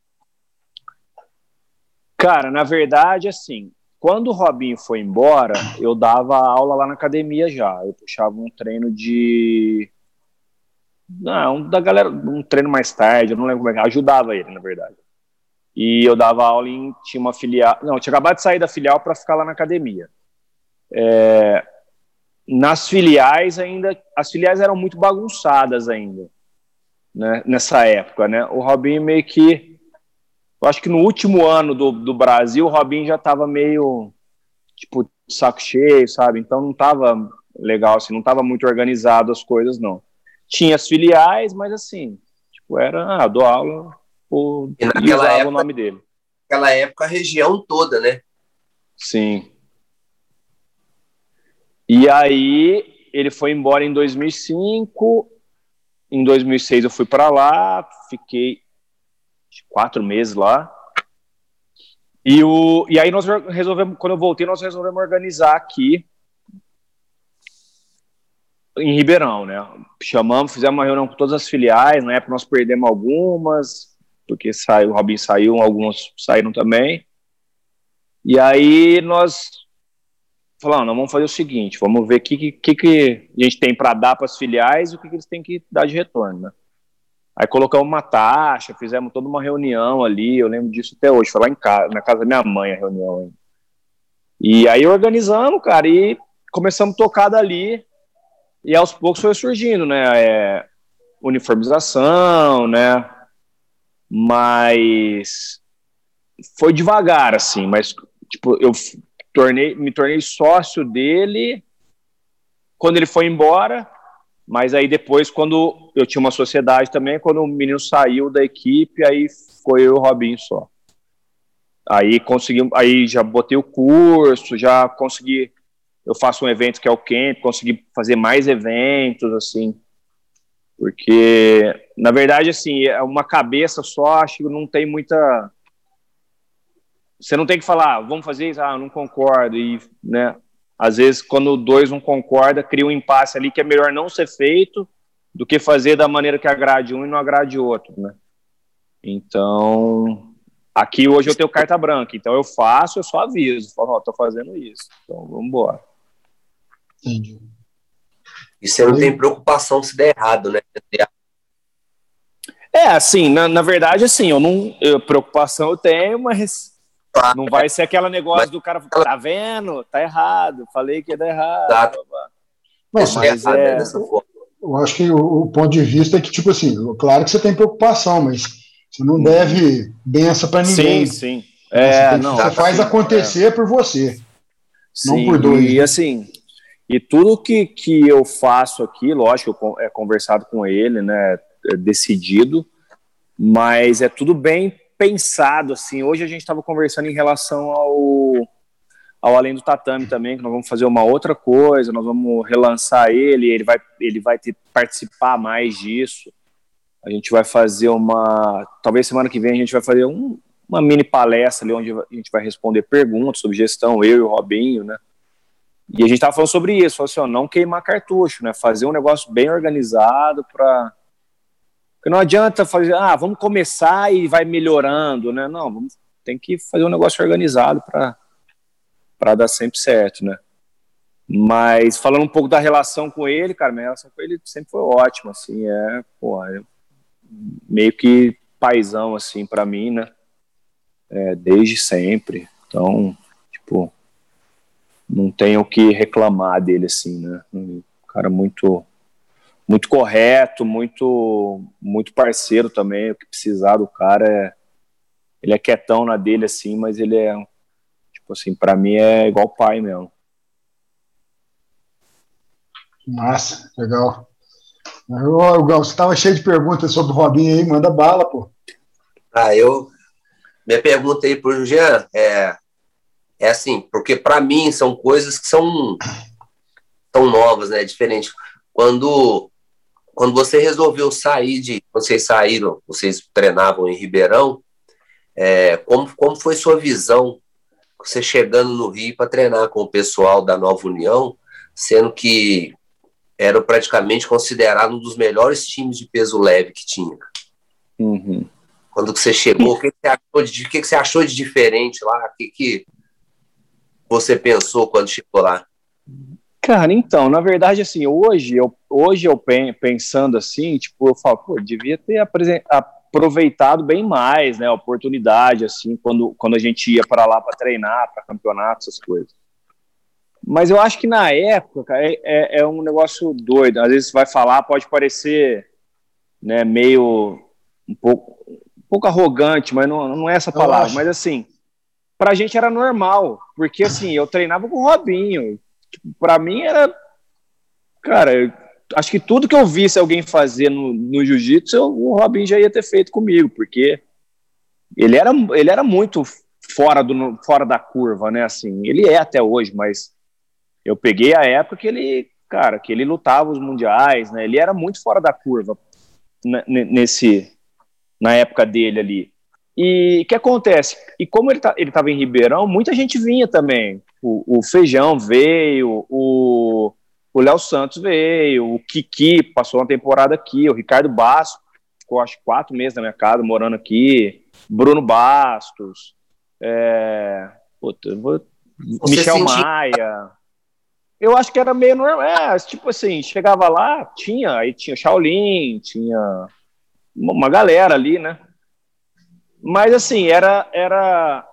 Cara, na verdade, assim, quando o Robinho foi embora, eu dava aula lá na academia já. Eu puxava um treino de... Não, da galera, um treino mais tarde, eu não lembro como é que era. Ajudava ele, na verdade. E eu dava aula em... Tinha uma filial... Não, eu tinha acabado de sair da filial para ficar lá na academia. É... Nas filiais ainda... As filiais eram muito bagunçadas ainda, né, nessa época, né? O Robinho meio que... Eu acho que no último ano do, do Brasil, o Robinho já estava meio, tipo, de saco cheio, sabe? Então não estava legal, assim, não estava muito organizado as coisas, não. Tinha as filiais, mas assim, tipo, era, ah, dou aula, ou, E e naquela usava época, o nome dele. naquela época, a região toda, né? Sim. E aí, ele foi embora em dois mil e cinco, em dois mil e seis eu fui para lá, fiquei quatro meses lá. E, o, e aí nós resolvemos, quando eu voltei, nós resolvemos organizar aqui em Ribeirão, né? Chamamos, fizemos uma reunião com todas as filiais, na época nós perdemos algumas, porque saiu, o Robinho saiu, alguns saíram também. E aí nós falamos, nós vamos fazer o seguinte, vamos ver o que, que, que a gente tem para dar para as filiais e o que, que eles têm que dar de retorno, né? Aí colocamos uma taxa, fizemos toda uma reunião ali, eu lembro disso até hoje, foi lá em casa, na casa da minha mãe a reunião. Hein? E aí organizamos, cara, e começamos a tocar dali, e aos poucos foi surgindo, né, é, uniformização, né, mas foi devagar, assim, mas, tipo, eu tornei, me tornei sócio dele quando ele foi embora. Mas aí depois, quando eu tinha uma sociedade também, quando o menino saiu da equipe, aí foi eu e o Robinho só. Aí consegui, aí já botei o curso, já consegui, eu faço um evento que é o camp, consegui fazer mais eventos, assim, porque, na verdade, assim, é uma cabeça só, acho que não tem muita... Você não tem que falar, ah, vamos fazer isso, ah, eu não concordo, e, né... Às vezes, quando dois não concordam, cria um impasse ali que é melhor não ser feito do que fazer da maneira que agrade um e não agrade o outro, né? Então, aqui hoje eu tenho carta branca, então eu faço, eu só aviso, falo, ó, oh, tô fazendo isso, então vamos embora. Entendi. E você não tem preocupação se der errado, né? É, assim, na, na verdade, assim, eu não... Eu, preocupação eu tenho, mas... Não vai ser aquele negócio mas, do cara, tá vendo? Tá errado, falei que ia dar errado. Exato. Nossa, mas é... dessa forma. Eu acho que o, o ponto de vista é que, tipo assim, claro que você tem preocupação, mas você não deve benção para ninguém. Sim, sim. É, você, tem, não, você faz sim, acontecer é. por você, sim, não por dois. E né? assim, e tudo que, que eu faço aqui, lógico, é conversado com ele, né, é decidido, mas é tudo bem pensado, assim. Hoje a gente estava conversando em relação ao, ao Além do Tatame também, que nós vamos fazer uma outra coisa, nós vamos relançar ele, ele vai, ele vai ter, participar mais disso. A gente vai fazer uma... Talvez semana que vem a gente vai fazer um, uma mini palestra ali, onde a gente vai responder perguntas sobre gestão, eu e o Robinho, né? E a gente estava falando sobre isso, falando assim, ó, não queimar cartucho, né? Fazer um negócio bem organizado para... Porque não adianta fazer, ah, vamos começar e vai melhorando, né? Não, vamos, tem que fazer um negócio organizado para para dar sempre certo, né? Mas falando um pouco da relação com ele, cara, minha relação com ele sempre foi ótima, assim, é, pô, é meio que paizão, assim, para mim, né? É, desde sempre. Então, tipo, não tenho o que reclamar dele, assim, né? Um cara muito... muito correto, muito muito parceiro também, o que precisar do cara é, ele é quietão na dele assim, mas ele é, tipo assim, pra mim é igual pai mesmo. Massa, legal. Ô, Gal, você tava cheio de perguntas sobre o Robinho aí, manda bala, pô. Ah, eu, minha pergunta aí pro Jean é, é assim, porque pra mim são coisas que são tão novas, né? Diferente. Quando, quando você resolveu sair de... Vocês saíram, vocês treinavam em Ribeirão, é, como, como foi sua visão, você chegando no Rio para treinar com o pessoal da Nova União, sendo que era praticamente considerado um dos melhores times de peso leve que tinha? Uhum. Quando você chegou, o que você achou de, o que você achou de diferente lá? O que, que você pensou quando chegou lá? Cara, então, na verdade, assim, hoje eu, hoje eu pensando assim, tipo, eu falo, pô, devia ter aproveitado bem mais, né, a oportunidade, assim, quando, quando a gente ia para lá para treinar, para campeonato, essas coisas. Mas eu acho que na época é, é, é um negócio doido. Às vezes você vai falar, pode parecer, né, meio um pouco, um pouco arrogante, mas não, não é essa palavra. Mas assim, pra gente era normal, porque assim, eu treinava com o Robinho. Pra mim era, cara, eu, acho que tudo que eu visse alguém fazer no, no jiu-jitsu, o Robinho já ia ter feito comigo, porque ele era, ele era muito fora, do, fora da curva, né? Assim, ele é até hoje, mas eu peguei a época que ele, cara, que ele lutava os mundiais, né? Ele era muito fora da curva nesse, na época dele ali. E o que acontece? E como ele tá, ele estava em Ribeirão, muita gente vinha também. O, o Feijão veio, o Léo Santos veio, o Kiki passou uma temporada aqui, o Ricardo Bastos ficou acho que quatro meses na minha casa, morando aqui, Bruno Bastos, é, puta, vou, Michel sentiu... Maia. Eu acho que era meio normal, é, tipo assim, chegava lá, tinha, aí tinha Shaolin, tinha uma galera ali, né? Mas assim, era, era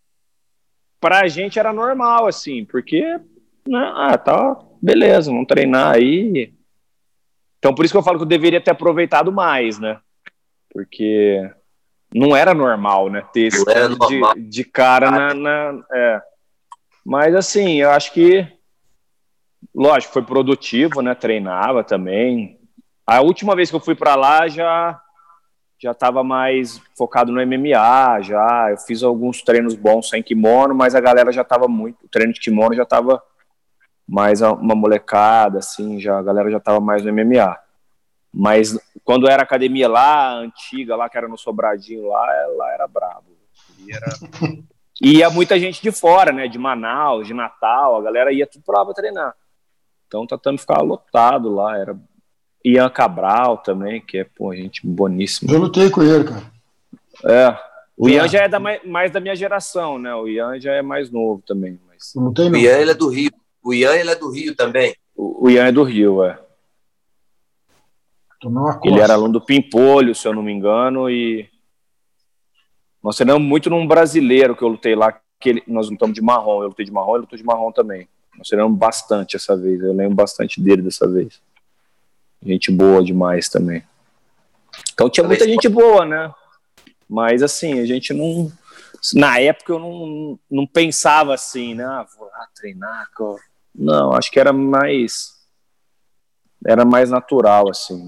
pra gente era normal, assim, porque, né, ah, tá, beleza, vamos treinar aí. Então por isso que eu falo que eu deveria ter aproveitado mais, né? Porque não era normal, né, ter esse tipo de, de cara na... na é. Mas assim, eu acho que, lógico, foi produtivo, né, treinava também. A última vez que eu fui pra lá já... já estava mais focado no M M A, já, eu fiz alguns treinos bons sem kimono, mas a galera já estava muito, o treino de kimono já estava mais uma molecada, assim, já, a galera já estava mais no M M A. Mas quando era academia lá, antiga, lá que era no Sobradinho, lá, lá era brabo. E era... ia muita gente de fora, né, de Manaus, de Natal, a galera ia tudo pra lá pra treinar. Então o tatame ficava lotado lá, era... Ian Cabral também, que é, pô, gente boníssima. Eu lutei com ele, cara. É, o Ian já é da, mais da minha geração, né? O Ian já é mais novo também. Mas... Não tem, não. O Ian, ele é do Rio. O Ian, ele é do Rio também. O, o Ian é do Rio, é. Ele era aluno do Pimpolho, se eu não me engano, e nós treinamos muito num brasileiro que eu lutei lá, que ele... nós lutamos de marrom, eu lutei de marrom, ele lutou de marrom também. Nós treinamos bastante essa vez, eu lembro bastante dele dessa vez. Gente boa demais também. Então tinha muita gente boa, né? Mas assim, a gente não... Na época eu não, não pensava assim, né? Ah, vou lá treinar. Não, acho que era mais... Era mais natural, assim, né?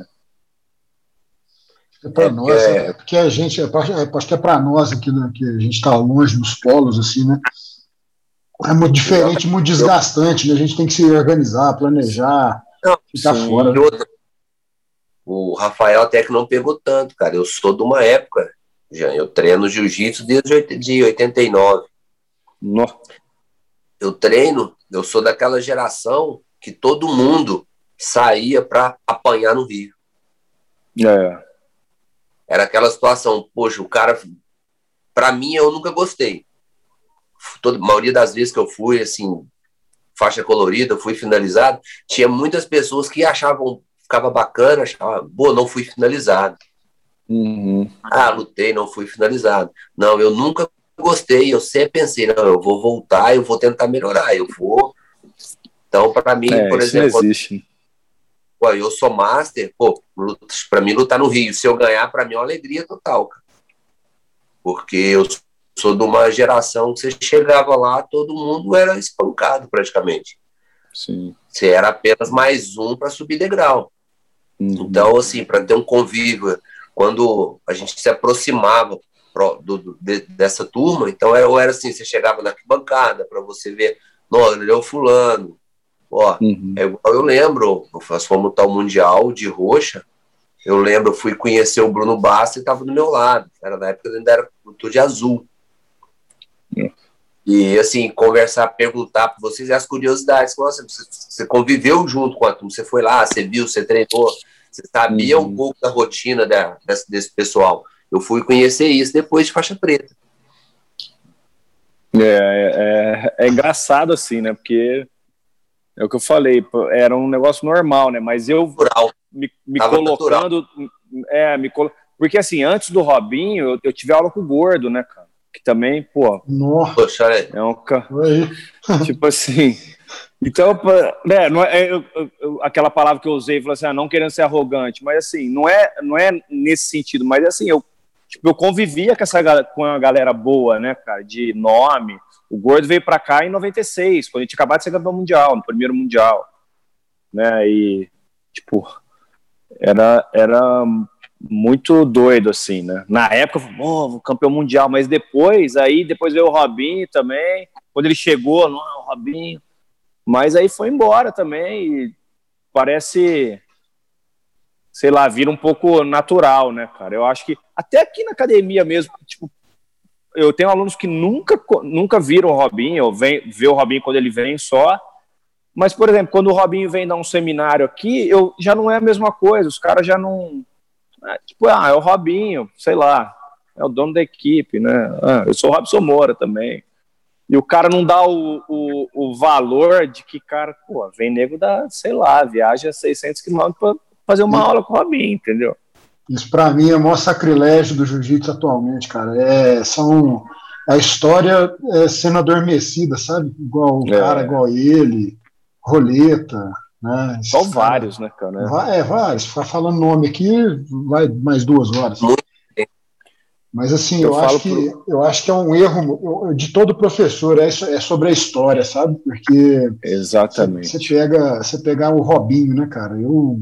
É para nós, é, porque a gente... Acho que é para nós aqui, né, que a gente está longe dos polos, assim, né? É muito diferente, muito desgastante, né? A gente tem que se organizar, planejar, não, ficar sim, fora. Né? O Rafael até que não pegou tanto, cara. Eu sou de uma época, já, eu treino jiu-jitsu desde de oitenta e nove. Nossa. Eu treino, eu sou daquela geração que todo mundo saía para apanhar no Rio. É. Era aquela situação, poxa, o cara... Pra mim, eu nunca gostei. Toda, a maioria das vezes que eu fui, assim, faixa colorida, fui finalizado, tinha muitas pessoas que achavam... ficava bacana, achava, boa, não fui finalizado. Uhum. Ah, lutei, não fui finalizado. Não, eu nunca gostei, eu sempre pensei, não, eu vou voltar, eu vou tentar melhorar, eu vou. Então, para mim, é, por isso exemplo, não existe. Pô, eu sou master, pô, para mim lutar no Rio, se eu ganhar, para mim é uma alegria total, cara. Porque eu sou de uma geração que você chegava lá, todo mundo era espancado praticamente. Sim. Você era apenas mais um para subir degrau. Uhum. Então, assim, para ter um convívio, quando a gente se aproximava pro, do, do, de, dessa turma, então era, era assim, você chegava na arquibancada para você ver, não, ele é o fulano, Ó, Uhum. é igual eu lembro, nós fomos tal Mundial de Roxa, eu lembro, eu fui conhecer o Bruno Bassi e estava do meu lado, era na época eu ainda era tudo de azul. Uhum. E, assim, conversar, perguntar para vocês as curiosidades. Nossa, você, você conviveu junto com a turma, você foi lá, você viu, você treinou, você sabia Uhum. um pouco da rotina da, desse, desse pessoal. Eu fui conhecer isso depois de faixa preta. É, é, é, é engraçado assim, né? Porque é o que eu falei, era um negócio normal, né? Mas eu Natural. me, me Tava colocando... natural. É, me colo... Porque, assim, antes do Robinho, eu, eu tive aula com o Gordo, né, cara? Que também, pô... Nossa, Poxa, é. É um... ca- aí. Tipo assim... Então, pá, né, não é, eu- eu- eu- aquela palavra que eu usei, falou assim, ah, não querendo ser arrogante, mas assim, não é, não é nesse sentido, mas assim, eu, tipo, eu convivia com essa gal- com a galera boa, né, cara, de nome. O Gordo veio pra cá em noventa e seis, quando a gente acabou de ser campeão mundial, no primeiro mundial, né, e, tipo, era, era muito doido, assim, né. Na época, eu falei, pô, campeão mundial, mas depois, aí, depois veio o Robinho também, quando ele chegou, não, o Robinho, mas aí foi embora também e parece, sei lá, vira um pouco natural, né, cara? Eu acho que até aqui na academia mesmo, tipo, eu tenho alunos que nunca, nunca viram o Robinho, ou vem, vê o Robinho quando ele vem só, mas, por exemplo, quando o Robinho vem dar um seminário aqui, eu, já não é a mesma coisa, os caras já não... É, tipo, ah, é o Robinho, sei lá, é o dono da equipe, né? Ah, eu sou o Robson Moura também. E o cara não dá o, o, o valor de que, cara, pô, vem nego da, sei lá, viaja seiscentos quilômetros para fazer uma aula com o Robinho, entendeu? Isso para mim é o maior sacrilégio do jiu-jitsu atualmente, cara. É, são a história é, sendo adormecida, sabe? Igual o cara, É. igual ele, Roleta, né? São Esses vários, cara, né, cara? vai, é, vários. Ficar falando nome aqui vai mais duas horas. Muito bem. Mas assim, Eu eu acho falo que pro... eu acho que é um erro de todo professor, é, é sobre a história, sabe? Porque você Exatamente. pega, você pegar o Robinho, né, cara? Eu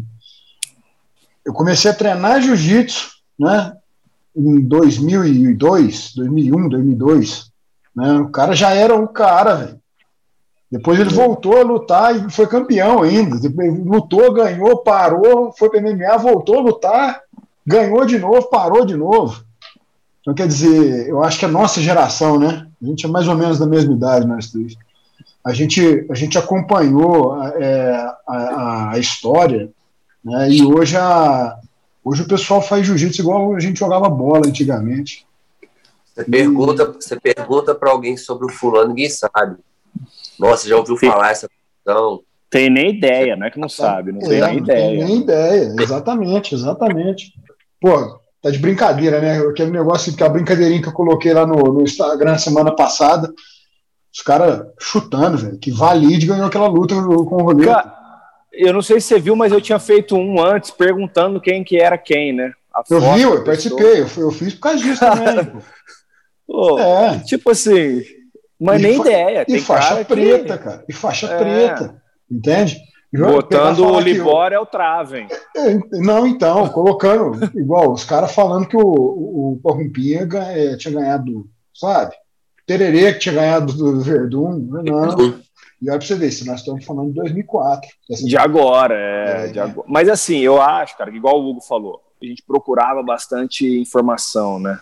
eu comecei a treinar jiu-jitsu, né? Em dois mil e dois, dois mil e um, dois mil e dois, né? O cara já era o cara, velho. Depois ele voltou a lutar e foi campeão ainda. Depois lutou, ganhou, parou, foi para M M A, voltou a lutar, ganhou de novo, parou de novo. Então, quer dizer, eu acho que a nossa geração, né? A gente é mais ou menos da mesma idade, nós três. A gente, a gente acompanhou é, a, a história, né? E hoje, a, hoje o pessoal faz jiu-jitsu igual a gente jogava bola antigamente. Você pergunta, você pergunta para alguém sobre o fulano, ninguém sabe. Nossa, já ouviu Tem, falar essa questão? tem nem ideia, não é que não sabe, não tem É, nem não tem ideia. nem ideia, exatamente, exatamente. Pô, tá de brincadeira, né? Aquele negócio, que a brincadeirinha que eu coloquei lá no, no Instagram semana passada, os caras chutando, velho, que Valide ganhou aquela luta com o Roleta. Cara, eu não sei se você viu, mas eu tinha feito um antes perguntando quem que era quem, né? A Eu foto vi, da eu participei, eu, eu fiz por causa disso também. Pô. Pô, É. Tipo assim, mas E nem fa- ideia. E Tem faixa cara preta, que... cara. E faixa É. preta. Entende? Botando o falar que Libório é o Travem. Não, então, colocando igual os caras falando que o, o, o Porrumpinha ganha- tinha ganhado, sabe? Tererê que tinha ganhado do Verdun. Não. E olha pra você ver, se nós estamos falando de dois mil e quatro. De agora, é. É. De agora. Mas assim, eu acho, cara, que igual o Hugo falou, a gente procurava bastante informação, né?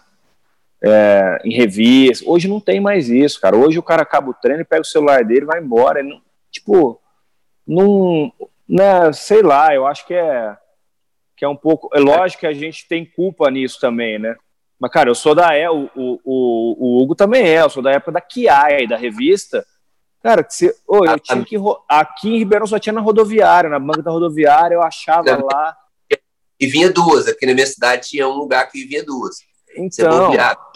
É, em revistas. Hoje não tem mais isso, cara. Hoje o cara acaba o treino, pega o celular dele e vai embora. Ele não, tipo, não, né, sei lá, eu acho que é, que é um pouco. É lógico que a gente tem culpa nisso também, né? Mas, cara, eu sou da. É, o, o, o Hugo também é, eu sou da época da Kiai, da revista. Cara, que se, oh, eu tinha que. Aqui em Ribeirão só tinha na rodoviária, na banca da rodoviária, eu achava lá. E vinha duas, aqui na minha cidade tinha um lugar que vinha duas. Então,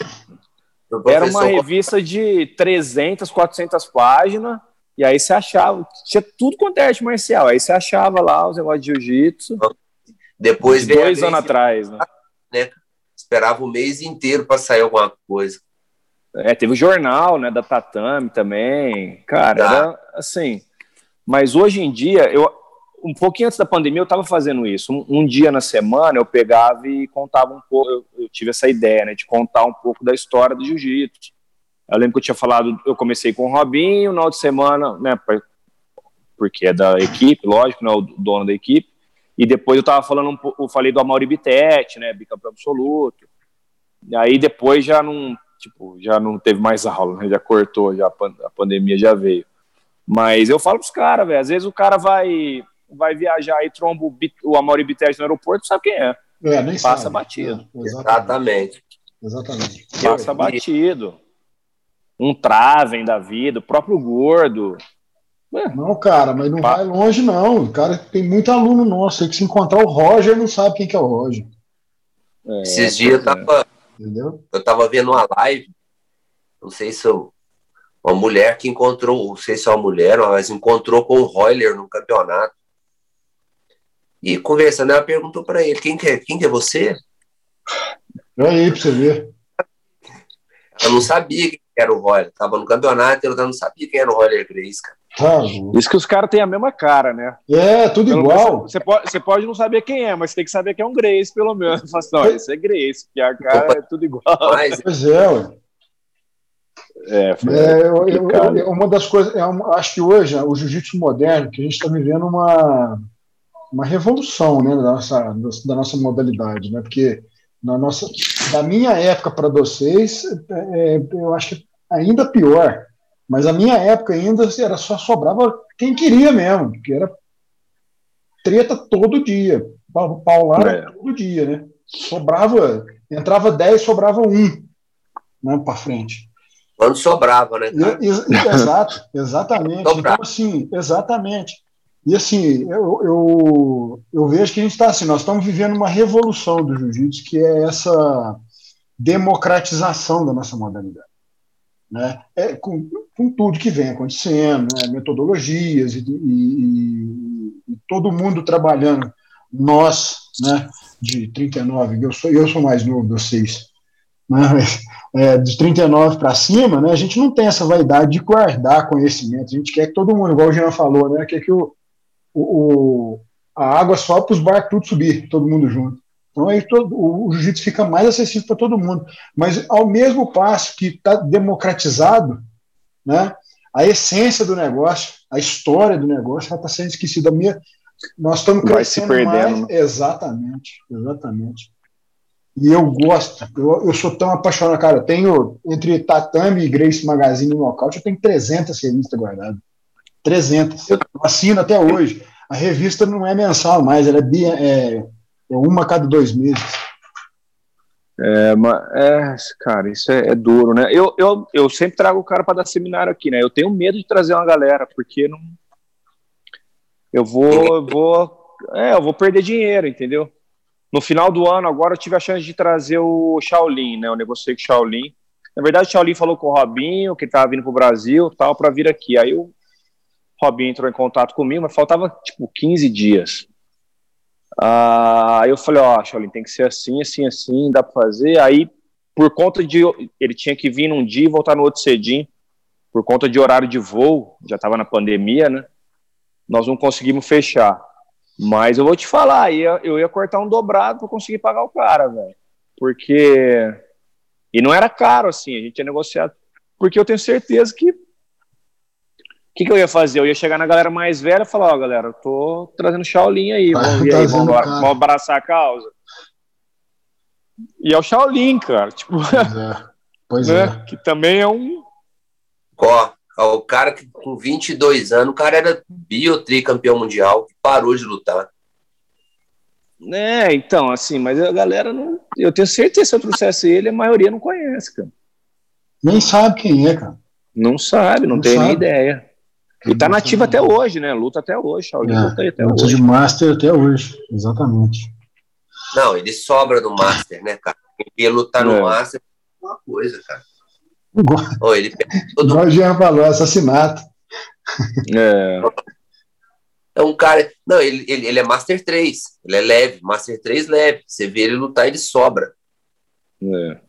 era uma revista de trezentas, quatrocentas páginas, e aí você achava, tinha tudo quanto é arte marcial, aí você achava lá os negócios de jiu-jitsu. Depois de dois anos atrás, né? né? Esperava o mês inteiro para sair alguma coisa. É, teve o jornal, né, da Tatame também, cara, tá. Era assim. Mas hoje em dia, eu, um pouquinho antes da pandemia, eu estava fazendo isso. Um, um dia na semana eu pegava e contava um pouco. Eu, eu tive essa ideia, né, de contar um pouco da história do jiu-jitsu. Eu lembro que eu tinha falado, eu comecei com o Robinho, no final de semana, né, porque é da equipe, lógico, né, o dono da equipe. E depois eu tava falando, um, eu falei do Amaury Bittetti, né, bicampeão absoluto. E aí depois já não, tipo, já não teve mais aula, né, já cortou, já a pandemia já veio. Mas eu falo pros caras, velho, às vezes o cara vai, vai viajar e tromba o, o Amaury Bittetti no aeroporto, sabe quem é? É, nem Passa sabe. batido. É, exatamente. Exatamente. Exatamente. Passa batido. Um Traven da vida, o próprio Gordo. É. Não, cara, mas não vai longe, não. O cara tem muito aluno nosso. Tem que se encontrar o Roger, não sabe quem que é o Roger. É, Esses dias eu tava, Entendeu? eu tava vendo uma live, não sei se eu, uma mulher que encontrou, não sei se é uma mulher, mas encontrou com o Royler no campeonato. E conversando, ela perguntou para ele, quem que é, quem que é você? É aí pra você ver. Ela não sabia quem era o Royler. Tava no campeonato, ela não sabia quem era o Royler Grace, cara. Tá, isso que os caras têm a mesma cara, né? É, tudo pelo igual. Você pode, você pode não saber quem é, mas você tem que saber que é um Grace, pelo menos. Você fala assim, não, esse é Grace, porque a cara é tudo igual. Mas, pois é, ué. É, é eu, eu, eu, uma das coisas, é uma, acho que hoje o jiu-jitsu moderno, que a gente está vivendo uma, uma revolução, né, da nossa, da nossa modalidade, né, porque na nossa, da minha época para vocês, é, eu acho que ainda pior, mas a minha época ainda era só sobrava quem queria mesmo, porque era treta todo dia, paulada é. todo dia, né, sobrava, entrava dez, sobrava um, né, para frente. Quando sobrava, né? Cara? Exato, exatamente. Sobrava. Então, assim, exatamente. E assim, eu, eu, eu vejo que a gente está assim, nós estamos vivendo uma revolução do jiu-jitsu, que é essa democratização da nossa modalidade. Né? É, com, com tudo que vem acontecendo, né? Metodologias e, e, e todo mundo trabalhando. Nós, né, de trinta e nove, eu sou, eu sou mais novo de vocês, né? É, de trinta e nove para cima, né, a gente não tem essa vaidade de guardar conhecimento, a gente quer que todo mundo, igual o Jean falou, né, quer que o, o, a água sobe para os barcos tudo subir, todo mundo junto. Então aí todo, o, o jiu-jitsu fica mais acessível para todo mundo. Mas ao mesmo passo que está democratizado, né, a essência do negócio, a história do negócio, está sendo esquecida. Nós estamos crescendo Vai se perdendo. mais. Exatamente, exatamente. E eu gosto, eu, eu sou tão apaixonado, cara, eu tenho, entre Tatame e Grace Magazine no Nocaute, eu tenho trezentas revistas guardadas. trezentas. Eu assino até hoje. A revista não é mensal mais, ela é, é, é uma a cada dois meses. É, mas, é, cara, isso é, é duro, né? Eu, eu, eu sempre trago o cara para dar seminário aqui, né? Eu tenho medo de trazer uma galera, porque não... eu vou, eu vou, é, eu vou perder dinheiro, entendeu? No final do ano, agora eu tive a chance de trazer o Shaolin, né? Eu negociei com o Shaolin. Na verdade, o Shaolin falou com o Robinho, que estava vindo pro Brasil, tal, para vir aqui. Aí o Robinho entrou em contato comigo, mas faltava, tipo, quinze dias. Ah, aí eu falei, ó, Shaolin, tem que ser assim, assim, assim, dá para fazer. Aí, por conta de... ele tinha que vir num dia e voltar no outro cedinho. Por conta de horário de voo, já estava na pandemia, né? Nós não conseguimos fechar. Mas eu vou te falar, eu ia, eu ia cortar um dobrado para conseguir pagar o cara, velho. Porque... e não era caro, assim, a gente ia negociar. Porque eu tenho certeza que... o que, que eu ia fazer? Eu ia chegar na galera mais velha e falar, ó, oh, galera, eu tô trazendo Shaolin aí, vamos ver aí, vamos, vamos abraçar a causa. E é o Shaolin, cara, tipo... Pois é, pois né? é. Que também é um... Ó, o cara que com vinte e dois anos, o cara era biotricampeão mundial, parou de lutar. É, então, assim, mas a galera não... eu tenho certeza que se eu trouxesse ele, a maioria não conhece, cara. Nem sabe quem é, cara. Não sabe, não, não tem sabe. nem ideia. E tá nativo até hoje, né? Luta até hoje, Shaolin é, luta aí até luta hoje. de Master até hoje, exatamente. Não, ele sobra do Master, né, cara? Quem ia lutar no é. Master é uma coisa, cara. Igual, oh, ele todo... igual o Jean falou, assassinato. É. É um cara... não, ele, ele, ele é Master três. Ele é leve, Master três leve. Você vê ele lutar, ele sobra. É.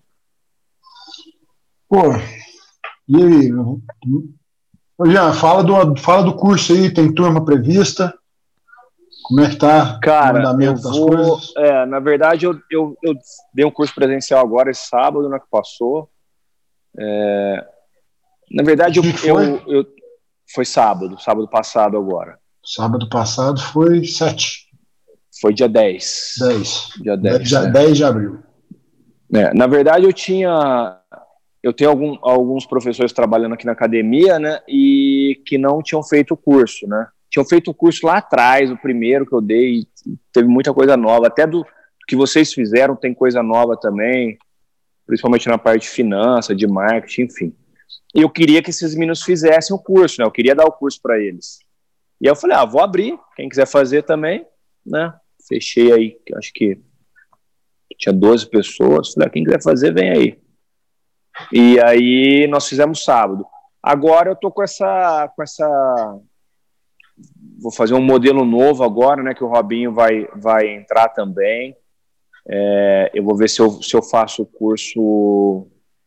Pô, e aí? Ô, Jean, fala do, fala do curso aí, tem turma prevista? Como é que tá cara, o andamento das vou, coisas? É, na verdade, eu, eu, eu dei um curso presencial agora, esse sábado, né, que passou. É, na verdade, eu, eu, eu Foi sábado, sábado passado agora. Sábado passado foi sete. Foi dia dez. dez. Dia dez, dez, né? dez de abril. É, na verdade, eu tinha... Eu tenho algum, alguns professores trabalhando aqui na academia, né? E que não tinham feito o curso, né? Tinham feito o curso lá atrás, o primeiro que eu dei. Teve muita coisa nova. Até do que vocês fizeram tem coisa nova também. Principalmente na parte de finanças, de marketing, enfim. E eu queria que esses meninos fizessem o curso, né? Eu queria dar o curso para eles. E aí eu falei, ah, vou abrir. Quem quiser fazer também, né? Fechei aí, acho que tinha doze pessoas. Falei, ah, quem quiser fazer, vem aí. E aí nós fizemos sábado. Agora eu tô com essa, com essa... Vou fazer um modelo novo agora, né? Que o Robinho vai, vai entrar também. É, eu vou ver se eu, se eu faço o curso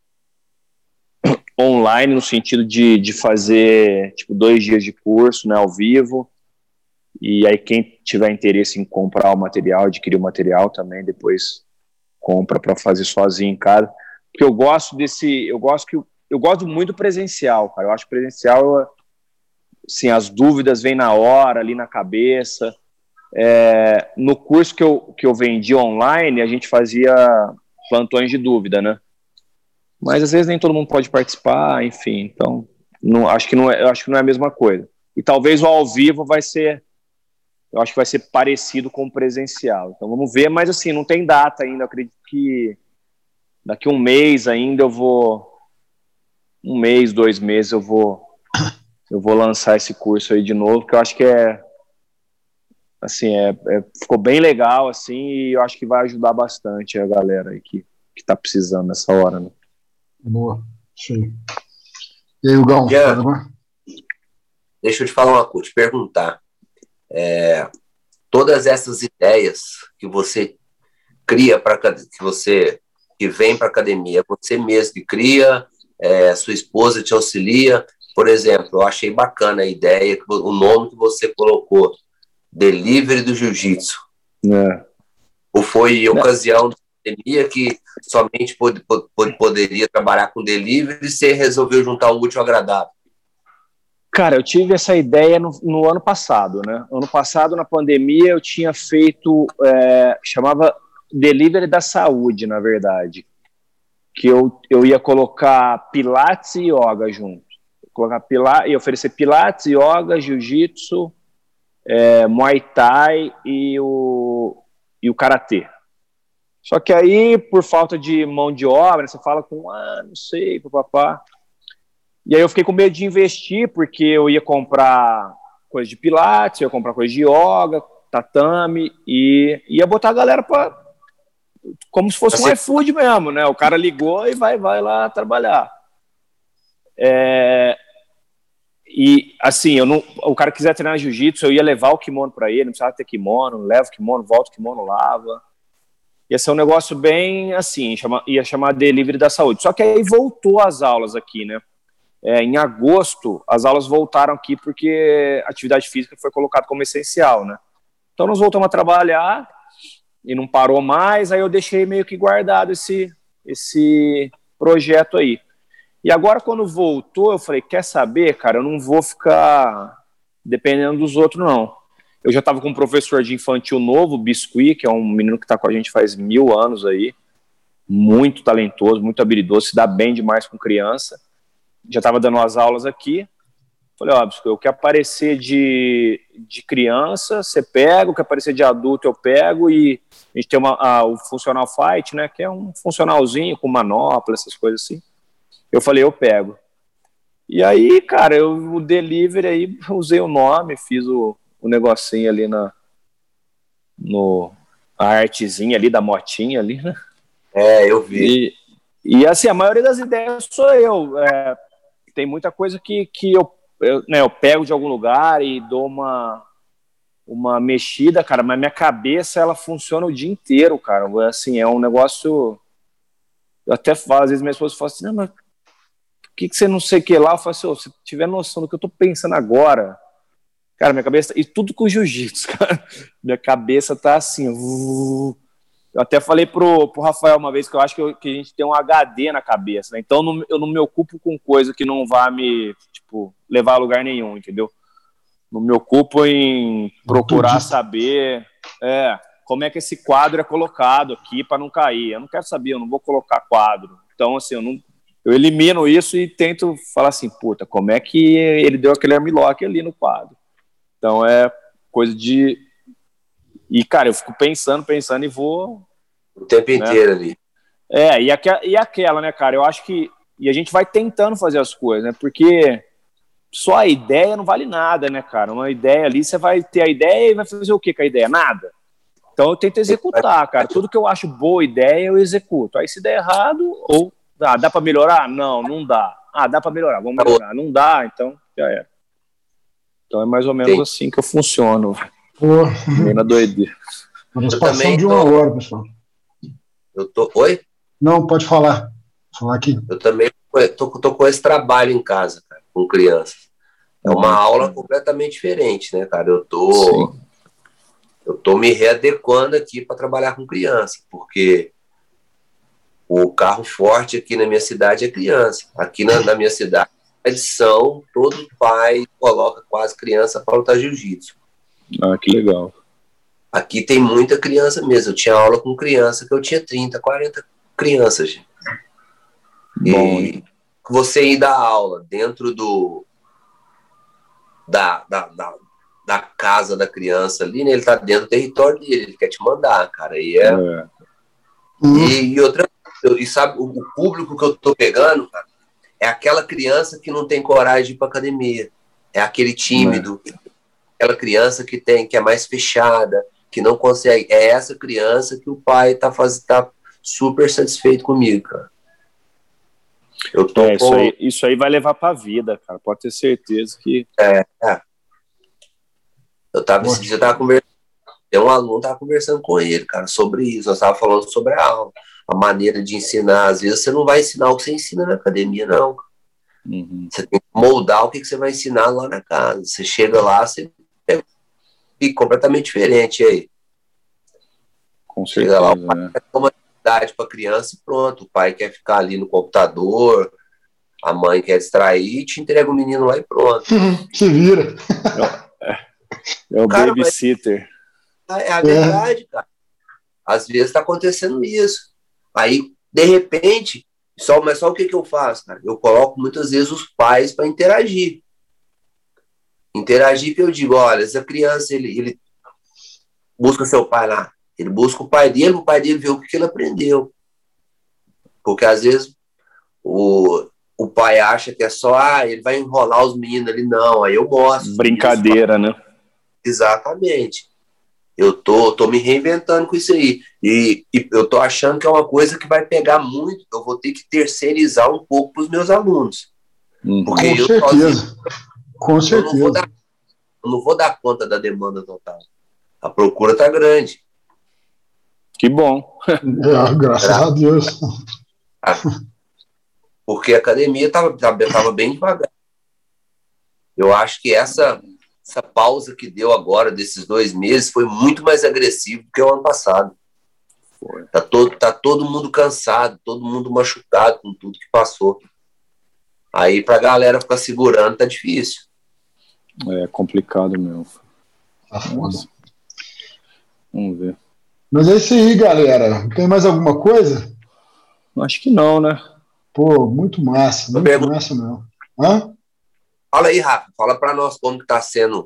online, no sentido de, de fazer tipo dois dias de curso, né, ao vivo. E aí quem tiver interesse em comprar o material, adquirir o material também, depois compra para fazer sozinho em casa. Porque eu gosto desse, eu gosto que eu gosto muito do presencial, cara. Eu acho que presencial, assim, as dúvidas vêm na hora, ali na cabeça. É, no curso que eu, que eu vendi online, a gente fazia plantões de dúvida, né? Mas às vezes nem todo mundo pode participar, enfim. Então, não, acho que não é, eu acho que não é a mesma coisa. E talvez o ao vivo vai ser, eu acho que vai ser parecido com o presencial. Então vamos ver, mas assim, não tem data ainda. Eu acredito que daqui um mês ainda eu vou, um mês, dois meses eu vou, eu vou lançar esse curso aí de novo, que eu acho que é, assim, é, é, ficou bem legal, assim, e eu acho que vai ajudar bastante a galera aí que, que tá precisando nessa hora, né? Boa, sim. E aí, Hugão? Yeah. Deixa eu te falar uma coisa, te perguntar. É, todas essas ideias que você cria para que você que vem para academia, é você mesmo que cria, é, sua esposa te auxilia. Por exemplo, eu achei bacana a ideia, o nome que você colocou, Delivery do Jiu-Jitsu. É. Ou foi em ocasião da pandemia que somente pod, pod, poderia trabalhar com delivery e você resolveu juntar o útil ao agradável? Cara, eu tive essa ideia no, no ano passado, né? Ano passado, na pandemia, eu tinha feito, é, chamava Delivery da Saúde, na verdade. Que eu, eu ia colocar Pilates e Yoga junto. Colocar Pilates, ia oferecer Pilates, Yoga, Jiu-Jitsu, é, Muay Thai e o, e o Karatê. Só que aí, por falta de mão de obra, você fala com, ah, não sei, papapá. E aí eu fiquei com medo de investir, porque eu ia comprar coisa de Pilates, eu ia comprar coisa de Yoga, tatame, e ia botar a galera para como se fosse um iFood mesmo, né? O cara ligou e vai, vai lá trabalhar. É... E, assim, eu não, o cara quiser treinar jiu-jitsu, eu ia levar o kimono para ele, não precisava ter kimono, leva o kimono, volta o kimono, lava. Ia ser um negócio bem, assim, chama, ia chamar Delivery da Saúde. Só que aí voltou as aulas aqui, né? É, em agosto, as aulas voltaram aqui porque a atividade física foi colocada como essencial, né? Então nós voltamos a trabalhar e não parou mais, aí eu deixei meio que guardado esse, esse projeto aí. E agora quando voltou, eu falei, quer saber, cara, eu não vou ficar dependendo dos outros, não. Eu já estava com um professor de infantil novo, Biscuit, que é um menino que está com a gente faz mil anos aí, muito talentoso, muito habilidoso, se dá bem demais com criança. Já estava dando as aulas aqui. Falei, ó, eu quero aparecer de, de criança, você pega, eu quero aparecer de adulto, eu pego, e a gente tem uma, a, o Funcional Fight, né, que é um funcionalzinho com manopla, essas coisas assim. Eu falei, eu pego. E aí, cara, eu, o delivery aí, usei o nome, fiz o, o negocinho ali na no, a artezinha ali da motinha ali, né? É, eu vi. E, e assim, a maioria das ideias sou eu. É, tem muita coisa que, que eu, eu, né, eu pego de algum lugar e dou uma, uma mexida, cara, mas minha cabeça, ela funciona o dia inteiro, cara. Assim, é um negócio... Eu até falo, às vezes minha esposa fala assim, não, mas por que, que você não sei o que lá? Eu falo assim, oh, se tiver noção do que eu tô pensando agora... Cara, minha cabeça... E tudo com jiu-jitsu, cara. Minha cabeça tá assim... Uh, eu até falei pro, pro Rafael uma vez que eu acho que, eu, que a gente tem um H D na cabeça, né? Então não, eu não me ocupo com coisa que não vá me... Tipo, tipo, levar a lugar nenhum, entendeu? Não me ocupo em procurar saber é, como é que esse quadro é colocado aqui para não cair. Eu não quero saber, eu não vou colocar quadro. Então, assim, eu, não, eu elimino isso e tento falar assim, puta, como é que ele deu aquele armlock ali no quadro? Então, é coisa de... E, cara, eu fico pensando, pensando e vou... O tempo né? inteiro ali. É, e, aqu e aquela, né, cara? Eu acho que... E a gente vai tentando fazer as coisas, né? Porque... Só a ideia não vale nada, né, cara? Uma ideia ali, você vai ter a ideia e vai fazer o que com a ideia? Nada. Então eu tento executar, cara. Tudo que eu acho boa ideia, eu executo. Aí se der errado, ou ah, dá para melhorar? Não, não dá. Ah, dá para melhorar, vamos melhorar. Não dá, então já era. Então é mais ou menos Sim. assim que eu funciono. Meio na doideira. Nós passamos de uma hora, pessoal. Eu tô... Oi? Não, pode falar. Vou falar aqui. Eu também tô, tô com esse trabalho em casa, cara, com crianças. É uma uhum. aula completamente diferente, né, cara? Eu tô, Sim. eu tô me readequando aqui para trabalhar com criança, porque o carro forte aqui na minha cidade é criança. Aqui na, na minha cidade, a edição, todo pai coloca quase criança para lutar jiu-jitsu. Ah, que legal. Aqui tem muita criança mesmo. Eu tinha aula com criança que eu tinha trinta, quarenta crianças, gente. Bom, e você ir dar aula dentro do da, da, da, da casa da criança ali, né? Ele tá dentro do território dele, ele quer te mandar, cara. E, é... é. e, e outra e sabe, o, o público que eu tô pegando, cara, é aquela criança que não tem coragem de ir pra academia. É aquele tímido, é. aquela criança que tem, que é mais fechada, que não consegue. É essa criança que o pai tá, faz, tá super satisfeito comigo, cara. Eu tô é, com... isso, aí, isso aí vai levar pra vida, cara. Pode ter certeza que... É, é. Eu tava, esse dia eu tava conversando, tem um aluno tava conversando com ele, cara, sobre isso. Nós tava falando sobre a aula, a maneira de ensinar. Às vezes você não vai ensinar o que você ensina na academia, não. Uhum. Você tem que moldar o que você vai ensinar lá na casa. Você chega lá, você fica completamente diferente aí. Com certeza, chega lá, o pai quer tomar atividade para criança e pronto. O pai quer ficar ali no computador, a mãe quer distrair, te entrega o menino lá e pronto. Se vira. É, é o cara, babysitter. É a verdade, é. cara. Às vezes está acontecendo isso. Aí, de repente, só, mas só o que, que eu faço, cara? Eu coloco muitas vezes os pais para interagir. Interagir que eu digo, olha, essa criança, ele, ele busca seu pai lá. Ele busca o pai dele, o pai dele vê o que ele aprendeu. Porque às vezes o, o pai acha que é só, ah, ele vai enrolar os meninos ali. Não, aí eu mostro. Brincadeira, né? Exatamente. Eu tô, tô me reinventando com isso aí. E, e eu tô achando que é uma coisa que vai pegar muito. Eu vou ter que terceirizar um pouco para os meus alunos. Uhum. Porque com eu certeza. Com eu certeza. Não vou dar, eu não vou dar conta da demanda total. A procura tá grande. Que bom. É, graças Gra a Deus. Porque a academia tava, tava bem devagar. Eu acho que essa... essa pausa que deu agora, desses dois meses, foi muito mais agressivo do que o ano passado. Foi. Tá todo, tá todo mundo cansado, todo mundo machucado com tudo que passou. Aí pra galera ficar segurando tá difícil. É complicado mesmo. Tá foda. Vamos ver. Mas é isso aí, galera. Tem mais alguma coisa? Acho que não, né? Pô, muito massa, muito pergunto... massa não. Hã? Fala aí, Rafa, fala para nós como que tá sendo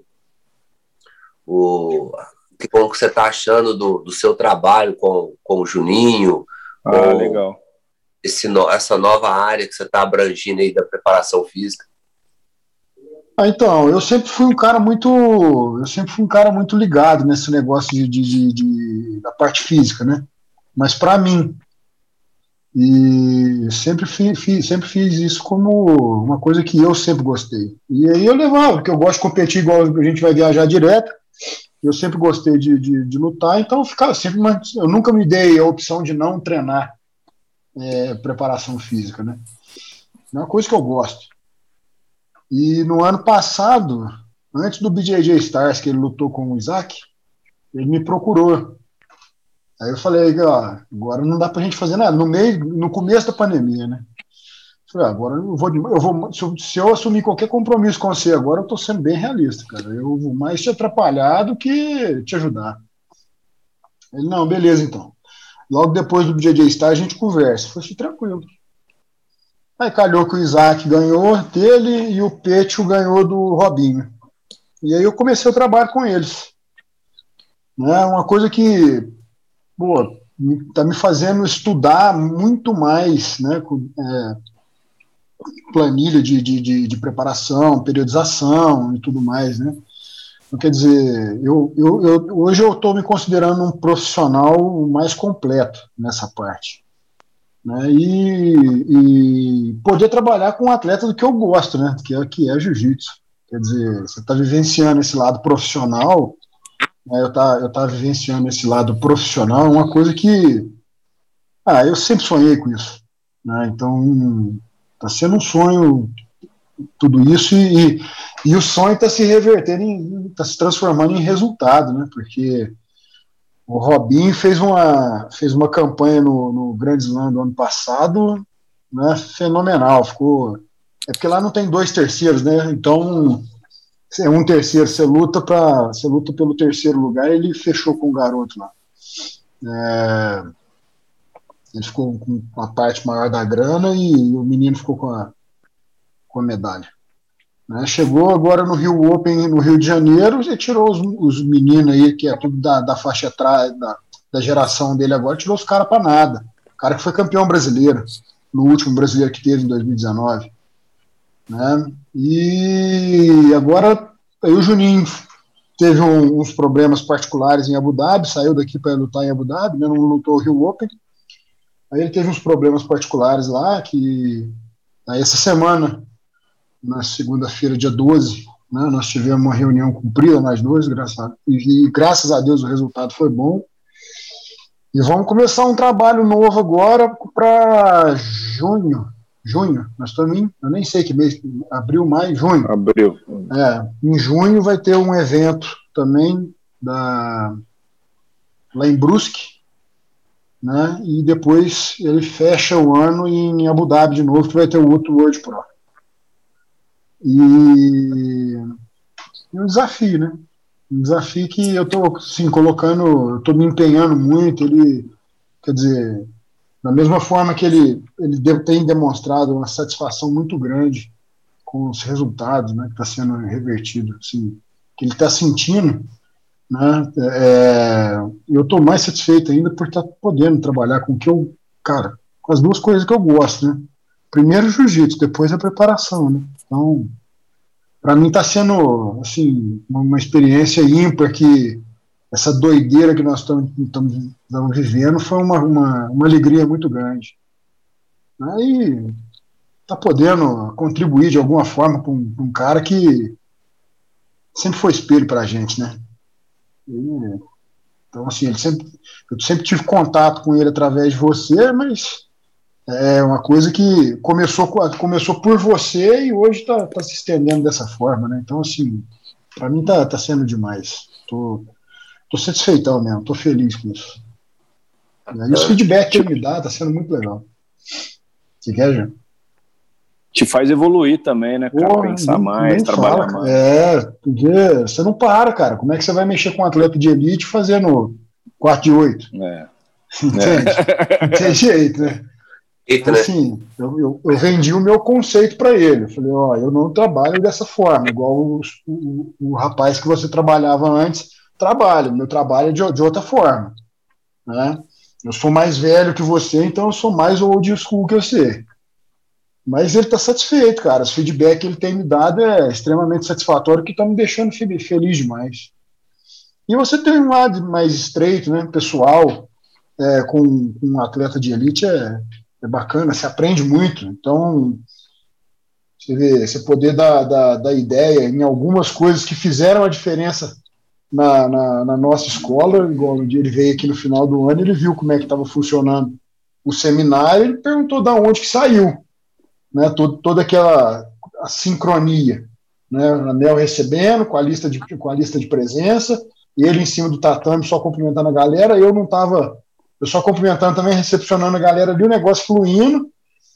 o... como que você tá achando do, do seu trabalho com, com o Juninho. Ah, com legal. Esse no... essa nova área que você tá abrangindo aí da preparação física. Ah, então, eu sempre fui um cara muito, eu sempre fui um cara muito ligado nesse negócio de, de, de, de da parte física, né? Mas para mim, e sempre fiz, fiz, sempre fiz isso como uma coisa que eu sempre gostei. E aí eu levava, porque eu gosto de competir igual a gente vai viajar direto. Eu sempre gostei de, de, de lutar, então eu ficava sempre, eu nunca me dei a opção de não treinar é, preparação física, né? É uma coisa que eu gosto. E no ano passado, antes do B J J Stars, que ele lutou com o Isaac, ele me procurou. Aí eu falei, ó, agora não dá pra gente fazer nada. No meio, no começo da pandemia, né? Falei, ah, agora eu vou, eu vou se, eu, se eu assumir qualquer compromisso com você agora, eu estou sendo bem realista, cara. Eu vou mais te atrapalhar do que te ajudar. Ele, não, beleza, então. Logo depois do D J Star a gente conversa. Foi assim, tranquilo. Aí calhou que o Isaac ganhou dele e o Petio ganhou do Robinho. E aí eu comecei o trabalho com eles. Né? Uma coisa que, pô, tá me fazendo estudar muito mais, né? É, planilha de, de, de, de preparação, periodização e tudo mais, né? Então, quer dizer, eu, eu, eu, hoje eu estou me considerando um profissional mais completo nessa parte. Né? E, e poder trabalhar com um atleta do que eu gosto, né? Que é, que é jiu-jitsu. Quer dizer, você está vivenciando esse lado profissional, né? eu tá, eu tá vivenciando esse lado profissional, uma coisa que ah, eu sempre sonhei com isso. Né? Então, está sendo um sonho tudo isso e, e, e o sonho está se revertendo, está se transformando em resultado, né? Porque o Robinho fez uma, fez uma campanha no, no Grand Slam do ano passado, né? Fenomenal, ficou. É porque lá não tem dois terceiros, né? Então, é um terceiro, você luta para, você luta pelo terceiro lugar. Ele fechou com o garoto lá. É, ele ficou com a parte maior da grana e o menino ficou com a com a medalha. Né? Chegou agora no Rio Open, no Rio de Janeiro, e tirou os, os meninos aí, que é tudo da, da faixa atrás, da, da geração dele agora, tirou os caras para nada. O cara que foi campeão brasileiro, no último brasileiro que teve em dois mil e dezenove. Né? E agora, aí o Juninho teve um, uns problemas particulares em Abu Dhabi, saiu daqui para lutar em Abu Dhabi, né? Não lutou o Rio Open. Aí ele teve uns problemas particulares lá, que aí essa semana, na segunda-feira, dia doze, né, nós tivemos uma reunião cumprida, nós dois, graças a, e, e graças a Deus o resultado foi bom. E vamos começar um trabalho novo agora para junho. Junho, nós estamos em, eu nem sei que mês, abril, maio, junho. Abril. É, em junho vai ter um evento também da, lá em Brusque, né, e depois ele fecha o ano em Abu Dhabi de novo, que vai ter o outro World Pro. E um desafio, né? Um desafio que eu estou assim, colocando, eu estou me empenhando muito. Ele, quer dizer, da mesma forma que ele, ele tem demonstrado uma satisfação muito grande com os resultados, né, que está sendo revertido, assim, que ele está sentindo, né? É, eu estou mais satisfeito ainda por estar tá podendo trabalhar com o que eu, cara, com as duas coisas que eu gosto, né? Primeiro o jiu-jitsu, depois a preparação, né? Então, para mim está sendo assim, uma experiência ímpar, que essa doideira que nós estamos vivendo foi uma, uma, uma alegria muito grande. Aí está podendo contribuir de alguma forma com um, um cara que sempre foi espelho para a gente, né? E, então, assim, ele sempre, eu sempre tive contato com ele através de você, mas é uma coisa que começou, começou por você e hoje está tá se estendendo dessa forma, né? Então, assim, para mim tá, tá sendo demais. Tô, tô satisfeitão mesmo, tô feliz com isso. E os feedback que ele me dá tá sendo muito legal. Você quer, já? Te faz evoluir também, né, cara? Porra, pensar nem, mais, nem trabalhar fala, mais. É, porque você não para, cara. Como é que você vai mexer com um atleta de elite fazendo quarto de oito? É. Entende? É. Não tem jeito, né? Então, assim, eu, eu, eu vendi o meu conceito para ele. Eu falei, ó, eu não trabalho dessa forma, igual o, o, o rapaz que você trabalhava antes trabalha. Meu trabalho é de, de outra forma. Né? Eu sou mais velho que você, então eu sou mais old school que você. Mas ele está satisfeito, cara. Os feedback que ele tem me dado é extremamente satisfatório, que está me deixando feliz demais. E você tem um lado mais estreito, né, pessoal, é, com, com um atleta de elite é, é bacana, você aprende muito. Então, você vê, você poder dar, dar, dar ideia em algumas coisas que fizeram a diferença na, na, na nossa escola, igual no dia ele veio aqui no final do ano, ele viu como é que estava funcionando o seminário, ele perguntou de onde que saiu. Né, todo, toda aquela a sincronia, né, a Anel recebendo com a, lista de, com a lista de presença, ele em cima do tatame só cumprimentando a galera, eu não estava, eu só cumprimentando também, recepcionando a galera ali, o negócio fluindo,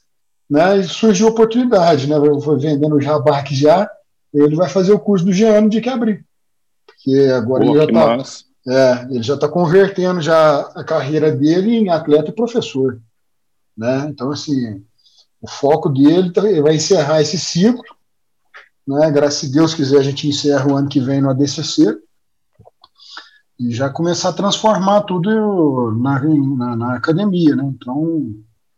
né, e surgiu a oportunidade, né, foi vendendo o jabá aqui já, ele vai fazer o curso do Jean no dia que abrir, porque agora Pô, ele já que está massa. é, ele já está convertendo já a carreira dele em atleta e professor, né, então assim, o foco dele tá, ele vai encerrar esse ciclo, né, graças a Deus quiser a gente encerra o ano que vem no A D C C, e já começar a transformar tudo na, na, na academia, né, então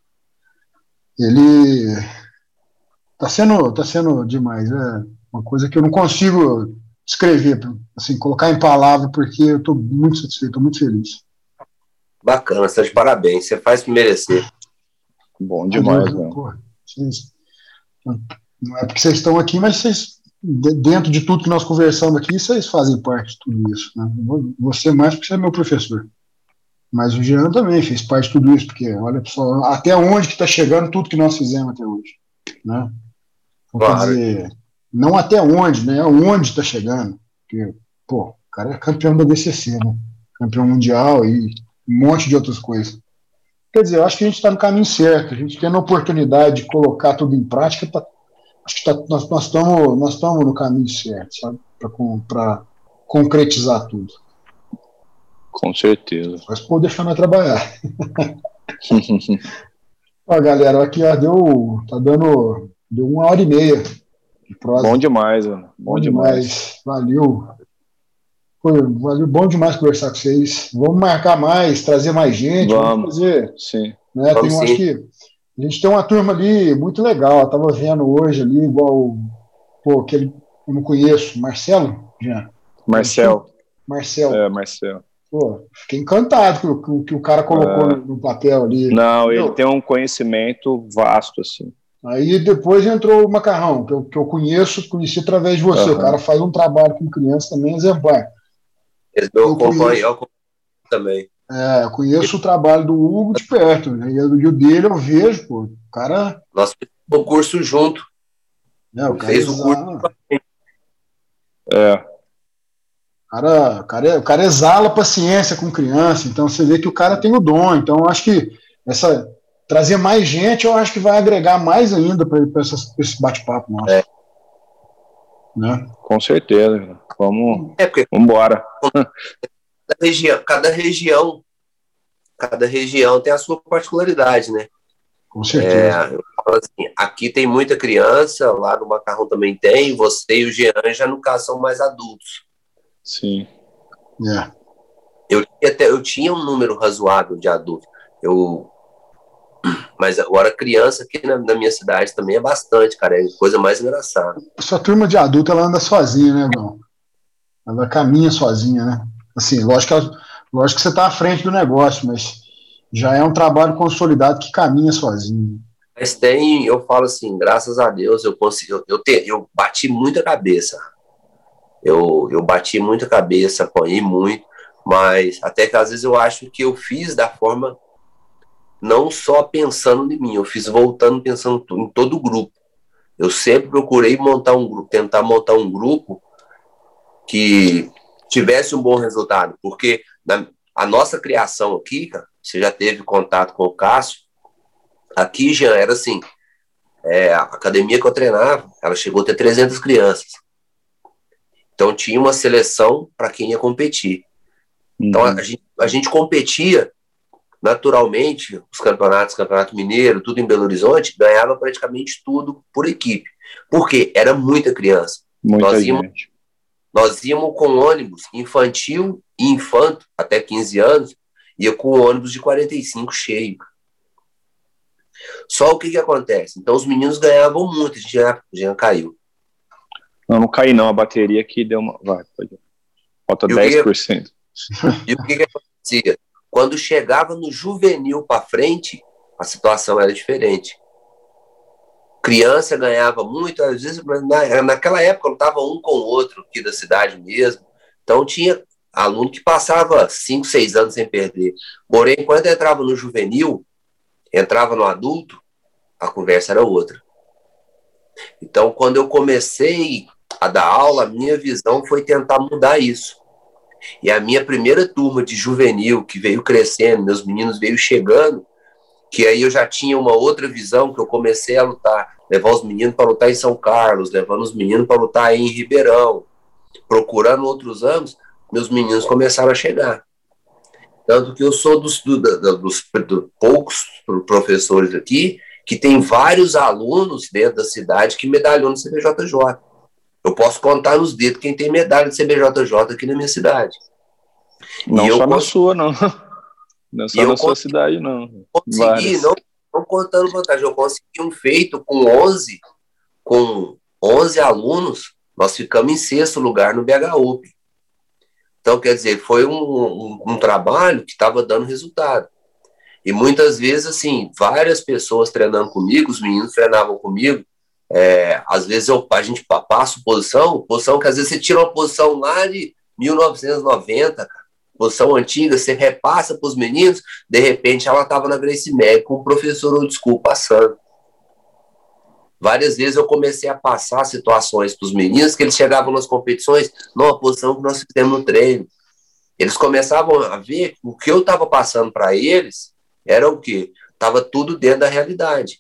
ele tá sendo, tá sendo demais, é uma coisa que eu não consigo escrever, assim, colocar em palavra, porque eu estou muito satisfeito, estou muito feliz. Bacana, você está de parabéns, você faz por merecer. Bom Valeu, demais, mano. pô, vocês, não é porque vocês estão aqui, mas vocês, dentro de tudo que nós conversamos aqui, vocês fazem parte de tudo isso, né? Você mais porque você é meu professor. Mas o Jean também fez parte de tudo isso, porque olha só, até onde que está chegando tudo que nós fizemos até hoje, né? Então, Claro. quer dizer, não até onde, né? Aonde está chegando. Porque, pô, o cara é campeão da D C C, né? Campeão mundial e um monte de outras coisas. Quer dizer, eu acho que a gente está no caminho certo. A gente tendo a oportunidade de colocar tudo em prática, tá, acho que tá, nós nós estamos nós estamos no caminho certo, sabe? Para concretizar tudo. Com certeza. Mas pô, deixar nós trabalhar. Ó, galera, aqui ó, deu, tá dando, deu uma hora e meia de prosa. Bom demais, mano. Bom, Bom demais. demais. Valeu. Foi, valeu, bom demais conversar com vocês. Vamos marcar mais, trazer mais gente, vamos, Vamos. fazer. Sim. Né, Vamos tem, sim. acho que a gente tem uma turma ali muito legal. Eu tava vendo hoje ali, igual pô, aquele eu não conheço, Marcelo? Já. Marcel. Marcel. É, Marcel. Pô, fiquei encantado com o que, que o cara colocou É. no, no papel ali. Não, Entendeu? ele tem um conhecimento vasto, assim. Aí depois entrou o Macarrão, que eu, que eu conheço, conheci através de você. Uhum. O cara faz um trabalho com criança também exemplar. Eu, Eu acompanho, conheço. eu acompanho também. É, eu conheço o trabalho do Hugo de perto, né? E o dele eu vejo, pô, o cara. Nós fizemos o curso junto. É, o Ele cara fez o curso. exala, É. o cara, o, cara, o cara exala paciência com criança, então você vê que o cara tem o dom. Então eu acho que essa, trazer mais gente, eu acho que vai agregar mais ainda para esse bate-papo nosso. É. Né? Com certeza. Vamos, É porque vamos embora. cada região, cada região, cada região tem a sua particularidade, né? Com certeza. É, eu falo assim, aqui tem muita criança, lá no Macarrão também tem, você e o Jean já no caso são mais adultos. Sim. É. Eu, até, eu tinha um número razoável de adultos, eu, mas agora criança aqui na, na minha cidade também é bastante, cara, é coisa mais engraçada. Sua turma de adulto, ela anda sozinha, né, Gão? Ela caminha sozinha, né? Assim, lógico que, lógico que você está à frente do negócio, mas já é um trabalho consolidado que caminha sozinho. Mas tem, eu falo assim, graças a Deus, eu consegui, eu, eu, te, eu bati muita cabeça. Eu, eu bati muita cabeça, apanhei muito, mas até que às vezes eu acho que eu fiz da forma, não só pensando em mim, eu fiz voltando pensando em todo o grupo. Eu sempre procurei montar um grupo, tentar montar um grupo que tivesse um bom resultado, porque na, a nossa criação aqui, cara, você já teve contato com o Cássio, aqui já era assim, é, a academia que eu treinava, ela chegou a ter trezentas crianças. Então tinha uma seleção para quem ia competir. Uhum. Então a gente, a gente competia naturalmente, os campeonatos, campeonato mineiro, tudo em Belo Horizonte, ganhava praticamente tudo por equipe. Por quê? Era muita criança. Muita nós gente. Íamos, nós íamos com ônibus infantil e infanto, até quinze anos, ia com ônibus de quarenta e cinco cheio. Só o que que acontece? Então os meninos ganhavam muito, a gente já, já caiu. Não, não caí não, a bateria aqui deu uma... Vai, pode. Falta e dez por cento. Que, e o que que acontecia? Quando chegava no juvenil para frente, a situação era diferente. Criança ganhava muito, às vezes, na, naquela época não estava um com o outro aqui da cidade mesmo. Então tinha aluno que passava cinco, seis anos sem perder. Porém, quando entrava no juvenil, entrava no adulto, a conversa era outra. Então, quando eu comecei a dar aula, a minha visão foi tentar mudar isso. E a minha primeira turma de juvenil, que veio crescendo, meus meninos veio chegando, que aí eu já tinha uma outra visão, que eu comecei a lutar, levar os meninos para lutar em São Carlos, levando os meninos para lutar aí em Ribeirão, procurando outros anos, meus meninos começaram a chegar. Tanto que eu sou dos, do, do, dos do, poucos professores aqui que tem vários alunos dentro da cidade que medalhou no C B J J. Eu posso contar nos dedos quem tem medalha de C B J J aqui na minha cidade. Não e só eu na cons... sua, não. Não só na sua cidade, não. Consegui, não, não contando vantagem, eu consegui um feito com onze, com onze alunos, nós ficamos em sexto lugar no B H U P. Então, quer dizer, foi um, um, um trabalho que estava dando resultado. E muitas vezes, assim, várias pessoas treinando comigo, os meninos treinavam comigo, é, às vezes eu, a gente passa posição, posição que às vezes você tira uma posição lá de mil novecentos e noventa, cara, posição antiga, você repassa para os meninos, de repente ela estava na Gracie Mag com o professor old school passando. Várias vezes eu comecei a passar situações para os meninos que eles chegavam nas competições, numa posição que nós fizemos no treino. Eles começavam a ver que o que eu estava passando para eles era o quê? Estava tudo dentro da realidade.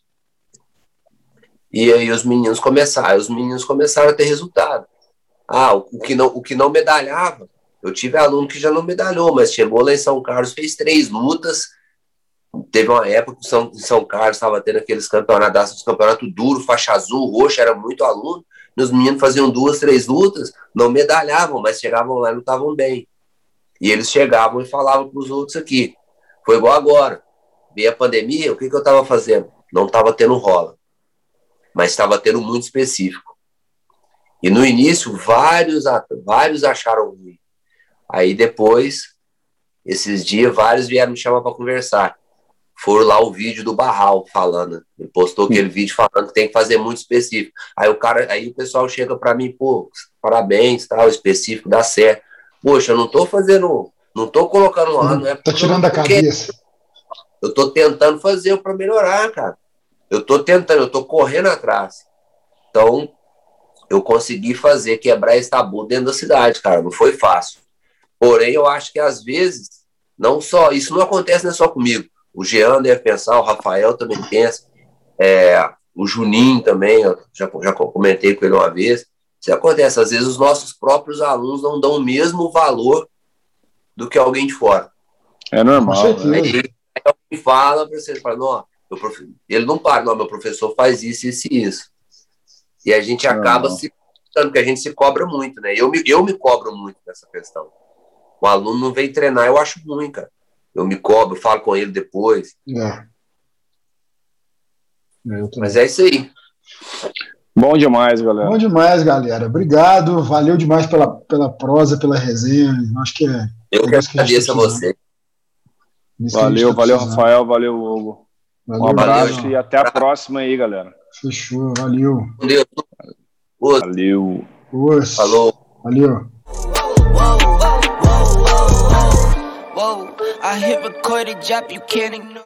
E aí os meninos começaram, os meninos começaram a ter resultado. Ah, o que não, o que não medalhava, eu tive aluno que já não medalhou, mas chegou lá em São Carlos, fez três lutas. Teve uma época que São, em São Carlos estava tendo aqueles campeonatos, campeonato duro, faixa azul, roxa, era muito aluno. E os meninos faziam duas, três lutas, não medalhavam, mas chegavam lá e lutavam bem. E eles chegavam e falavam para os outros aqui. Foi igual agora. Veio a pandemia, o que, que eu estava fazendo? Não estava tendo rola, mas estava tendo muito específico. E no início, vários, vários acharam ruim. Aí depois, esses dias, vários vieram me chamar para conversar. Foram lá o vídeo do Barral falando. Ele postou aquele vídeo falando que tem que fazer muito específico. Aí o cara, aí o pessoal chega para mim, pô, parabéns, tal, específico, dá certo. Poxa, eu não tô fazendo, não tô colocando lá, não é tá tirando da cabeça. Eu tô tentando fazer para melhorar, cara. Eu tô tentando, eu tô correndo atrás. Então, eu consegui fazer, quebrar esse tabu dentro da cidade, cara. Não foi fácil. Porém, eu acho que às vezes, não só, isso não acontece não é só comigo. O Jean deve pensar, o Rafael também pensa, é, o Juninho também, eu já, já comentei com ele uma vez. Isso acontece, às vezes os nossos próprios alunos não dão o mesmo valor do que alguém de fora. É normal. Né? Aí, aí alguém fala para você, fala, não, meu prof... ele não para, não, meu professor faz isso, isso e isso. E a gente acaba não, se porque a gente se cobra muito, né? Eu me, eu me cobro muito nessa questão. O aluno não vem treinar, eu acho ruim, cara. Eu me cobro, falo com ele depois. É. Mas é isso aí. Bom demais, galera. Bom demais, galera. Obrigado. Valeu demais pela, pela prosa, pela resenha. Acho que é. Eu que agradeço a você. Valeu, tá valeu, Rafael. Valeu, Hugo. Valeu, um abraço valeu. E até a próxima aí, galera. Fechou. Valeu. Valeu. Valeu. Osso. Falou. Valeu. Whoa, I hit record a drop, you can't ignore.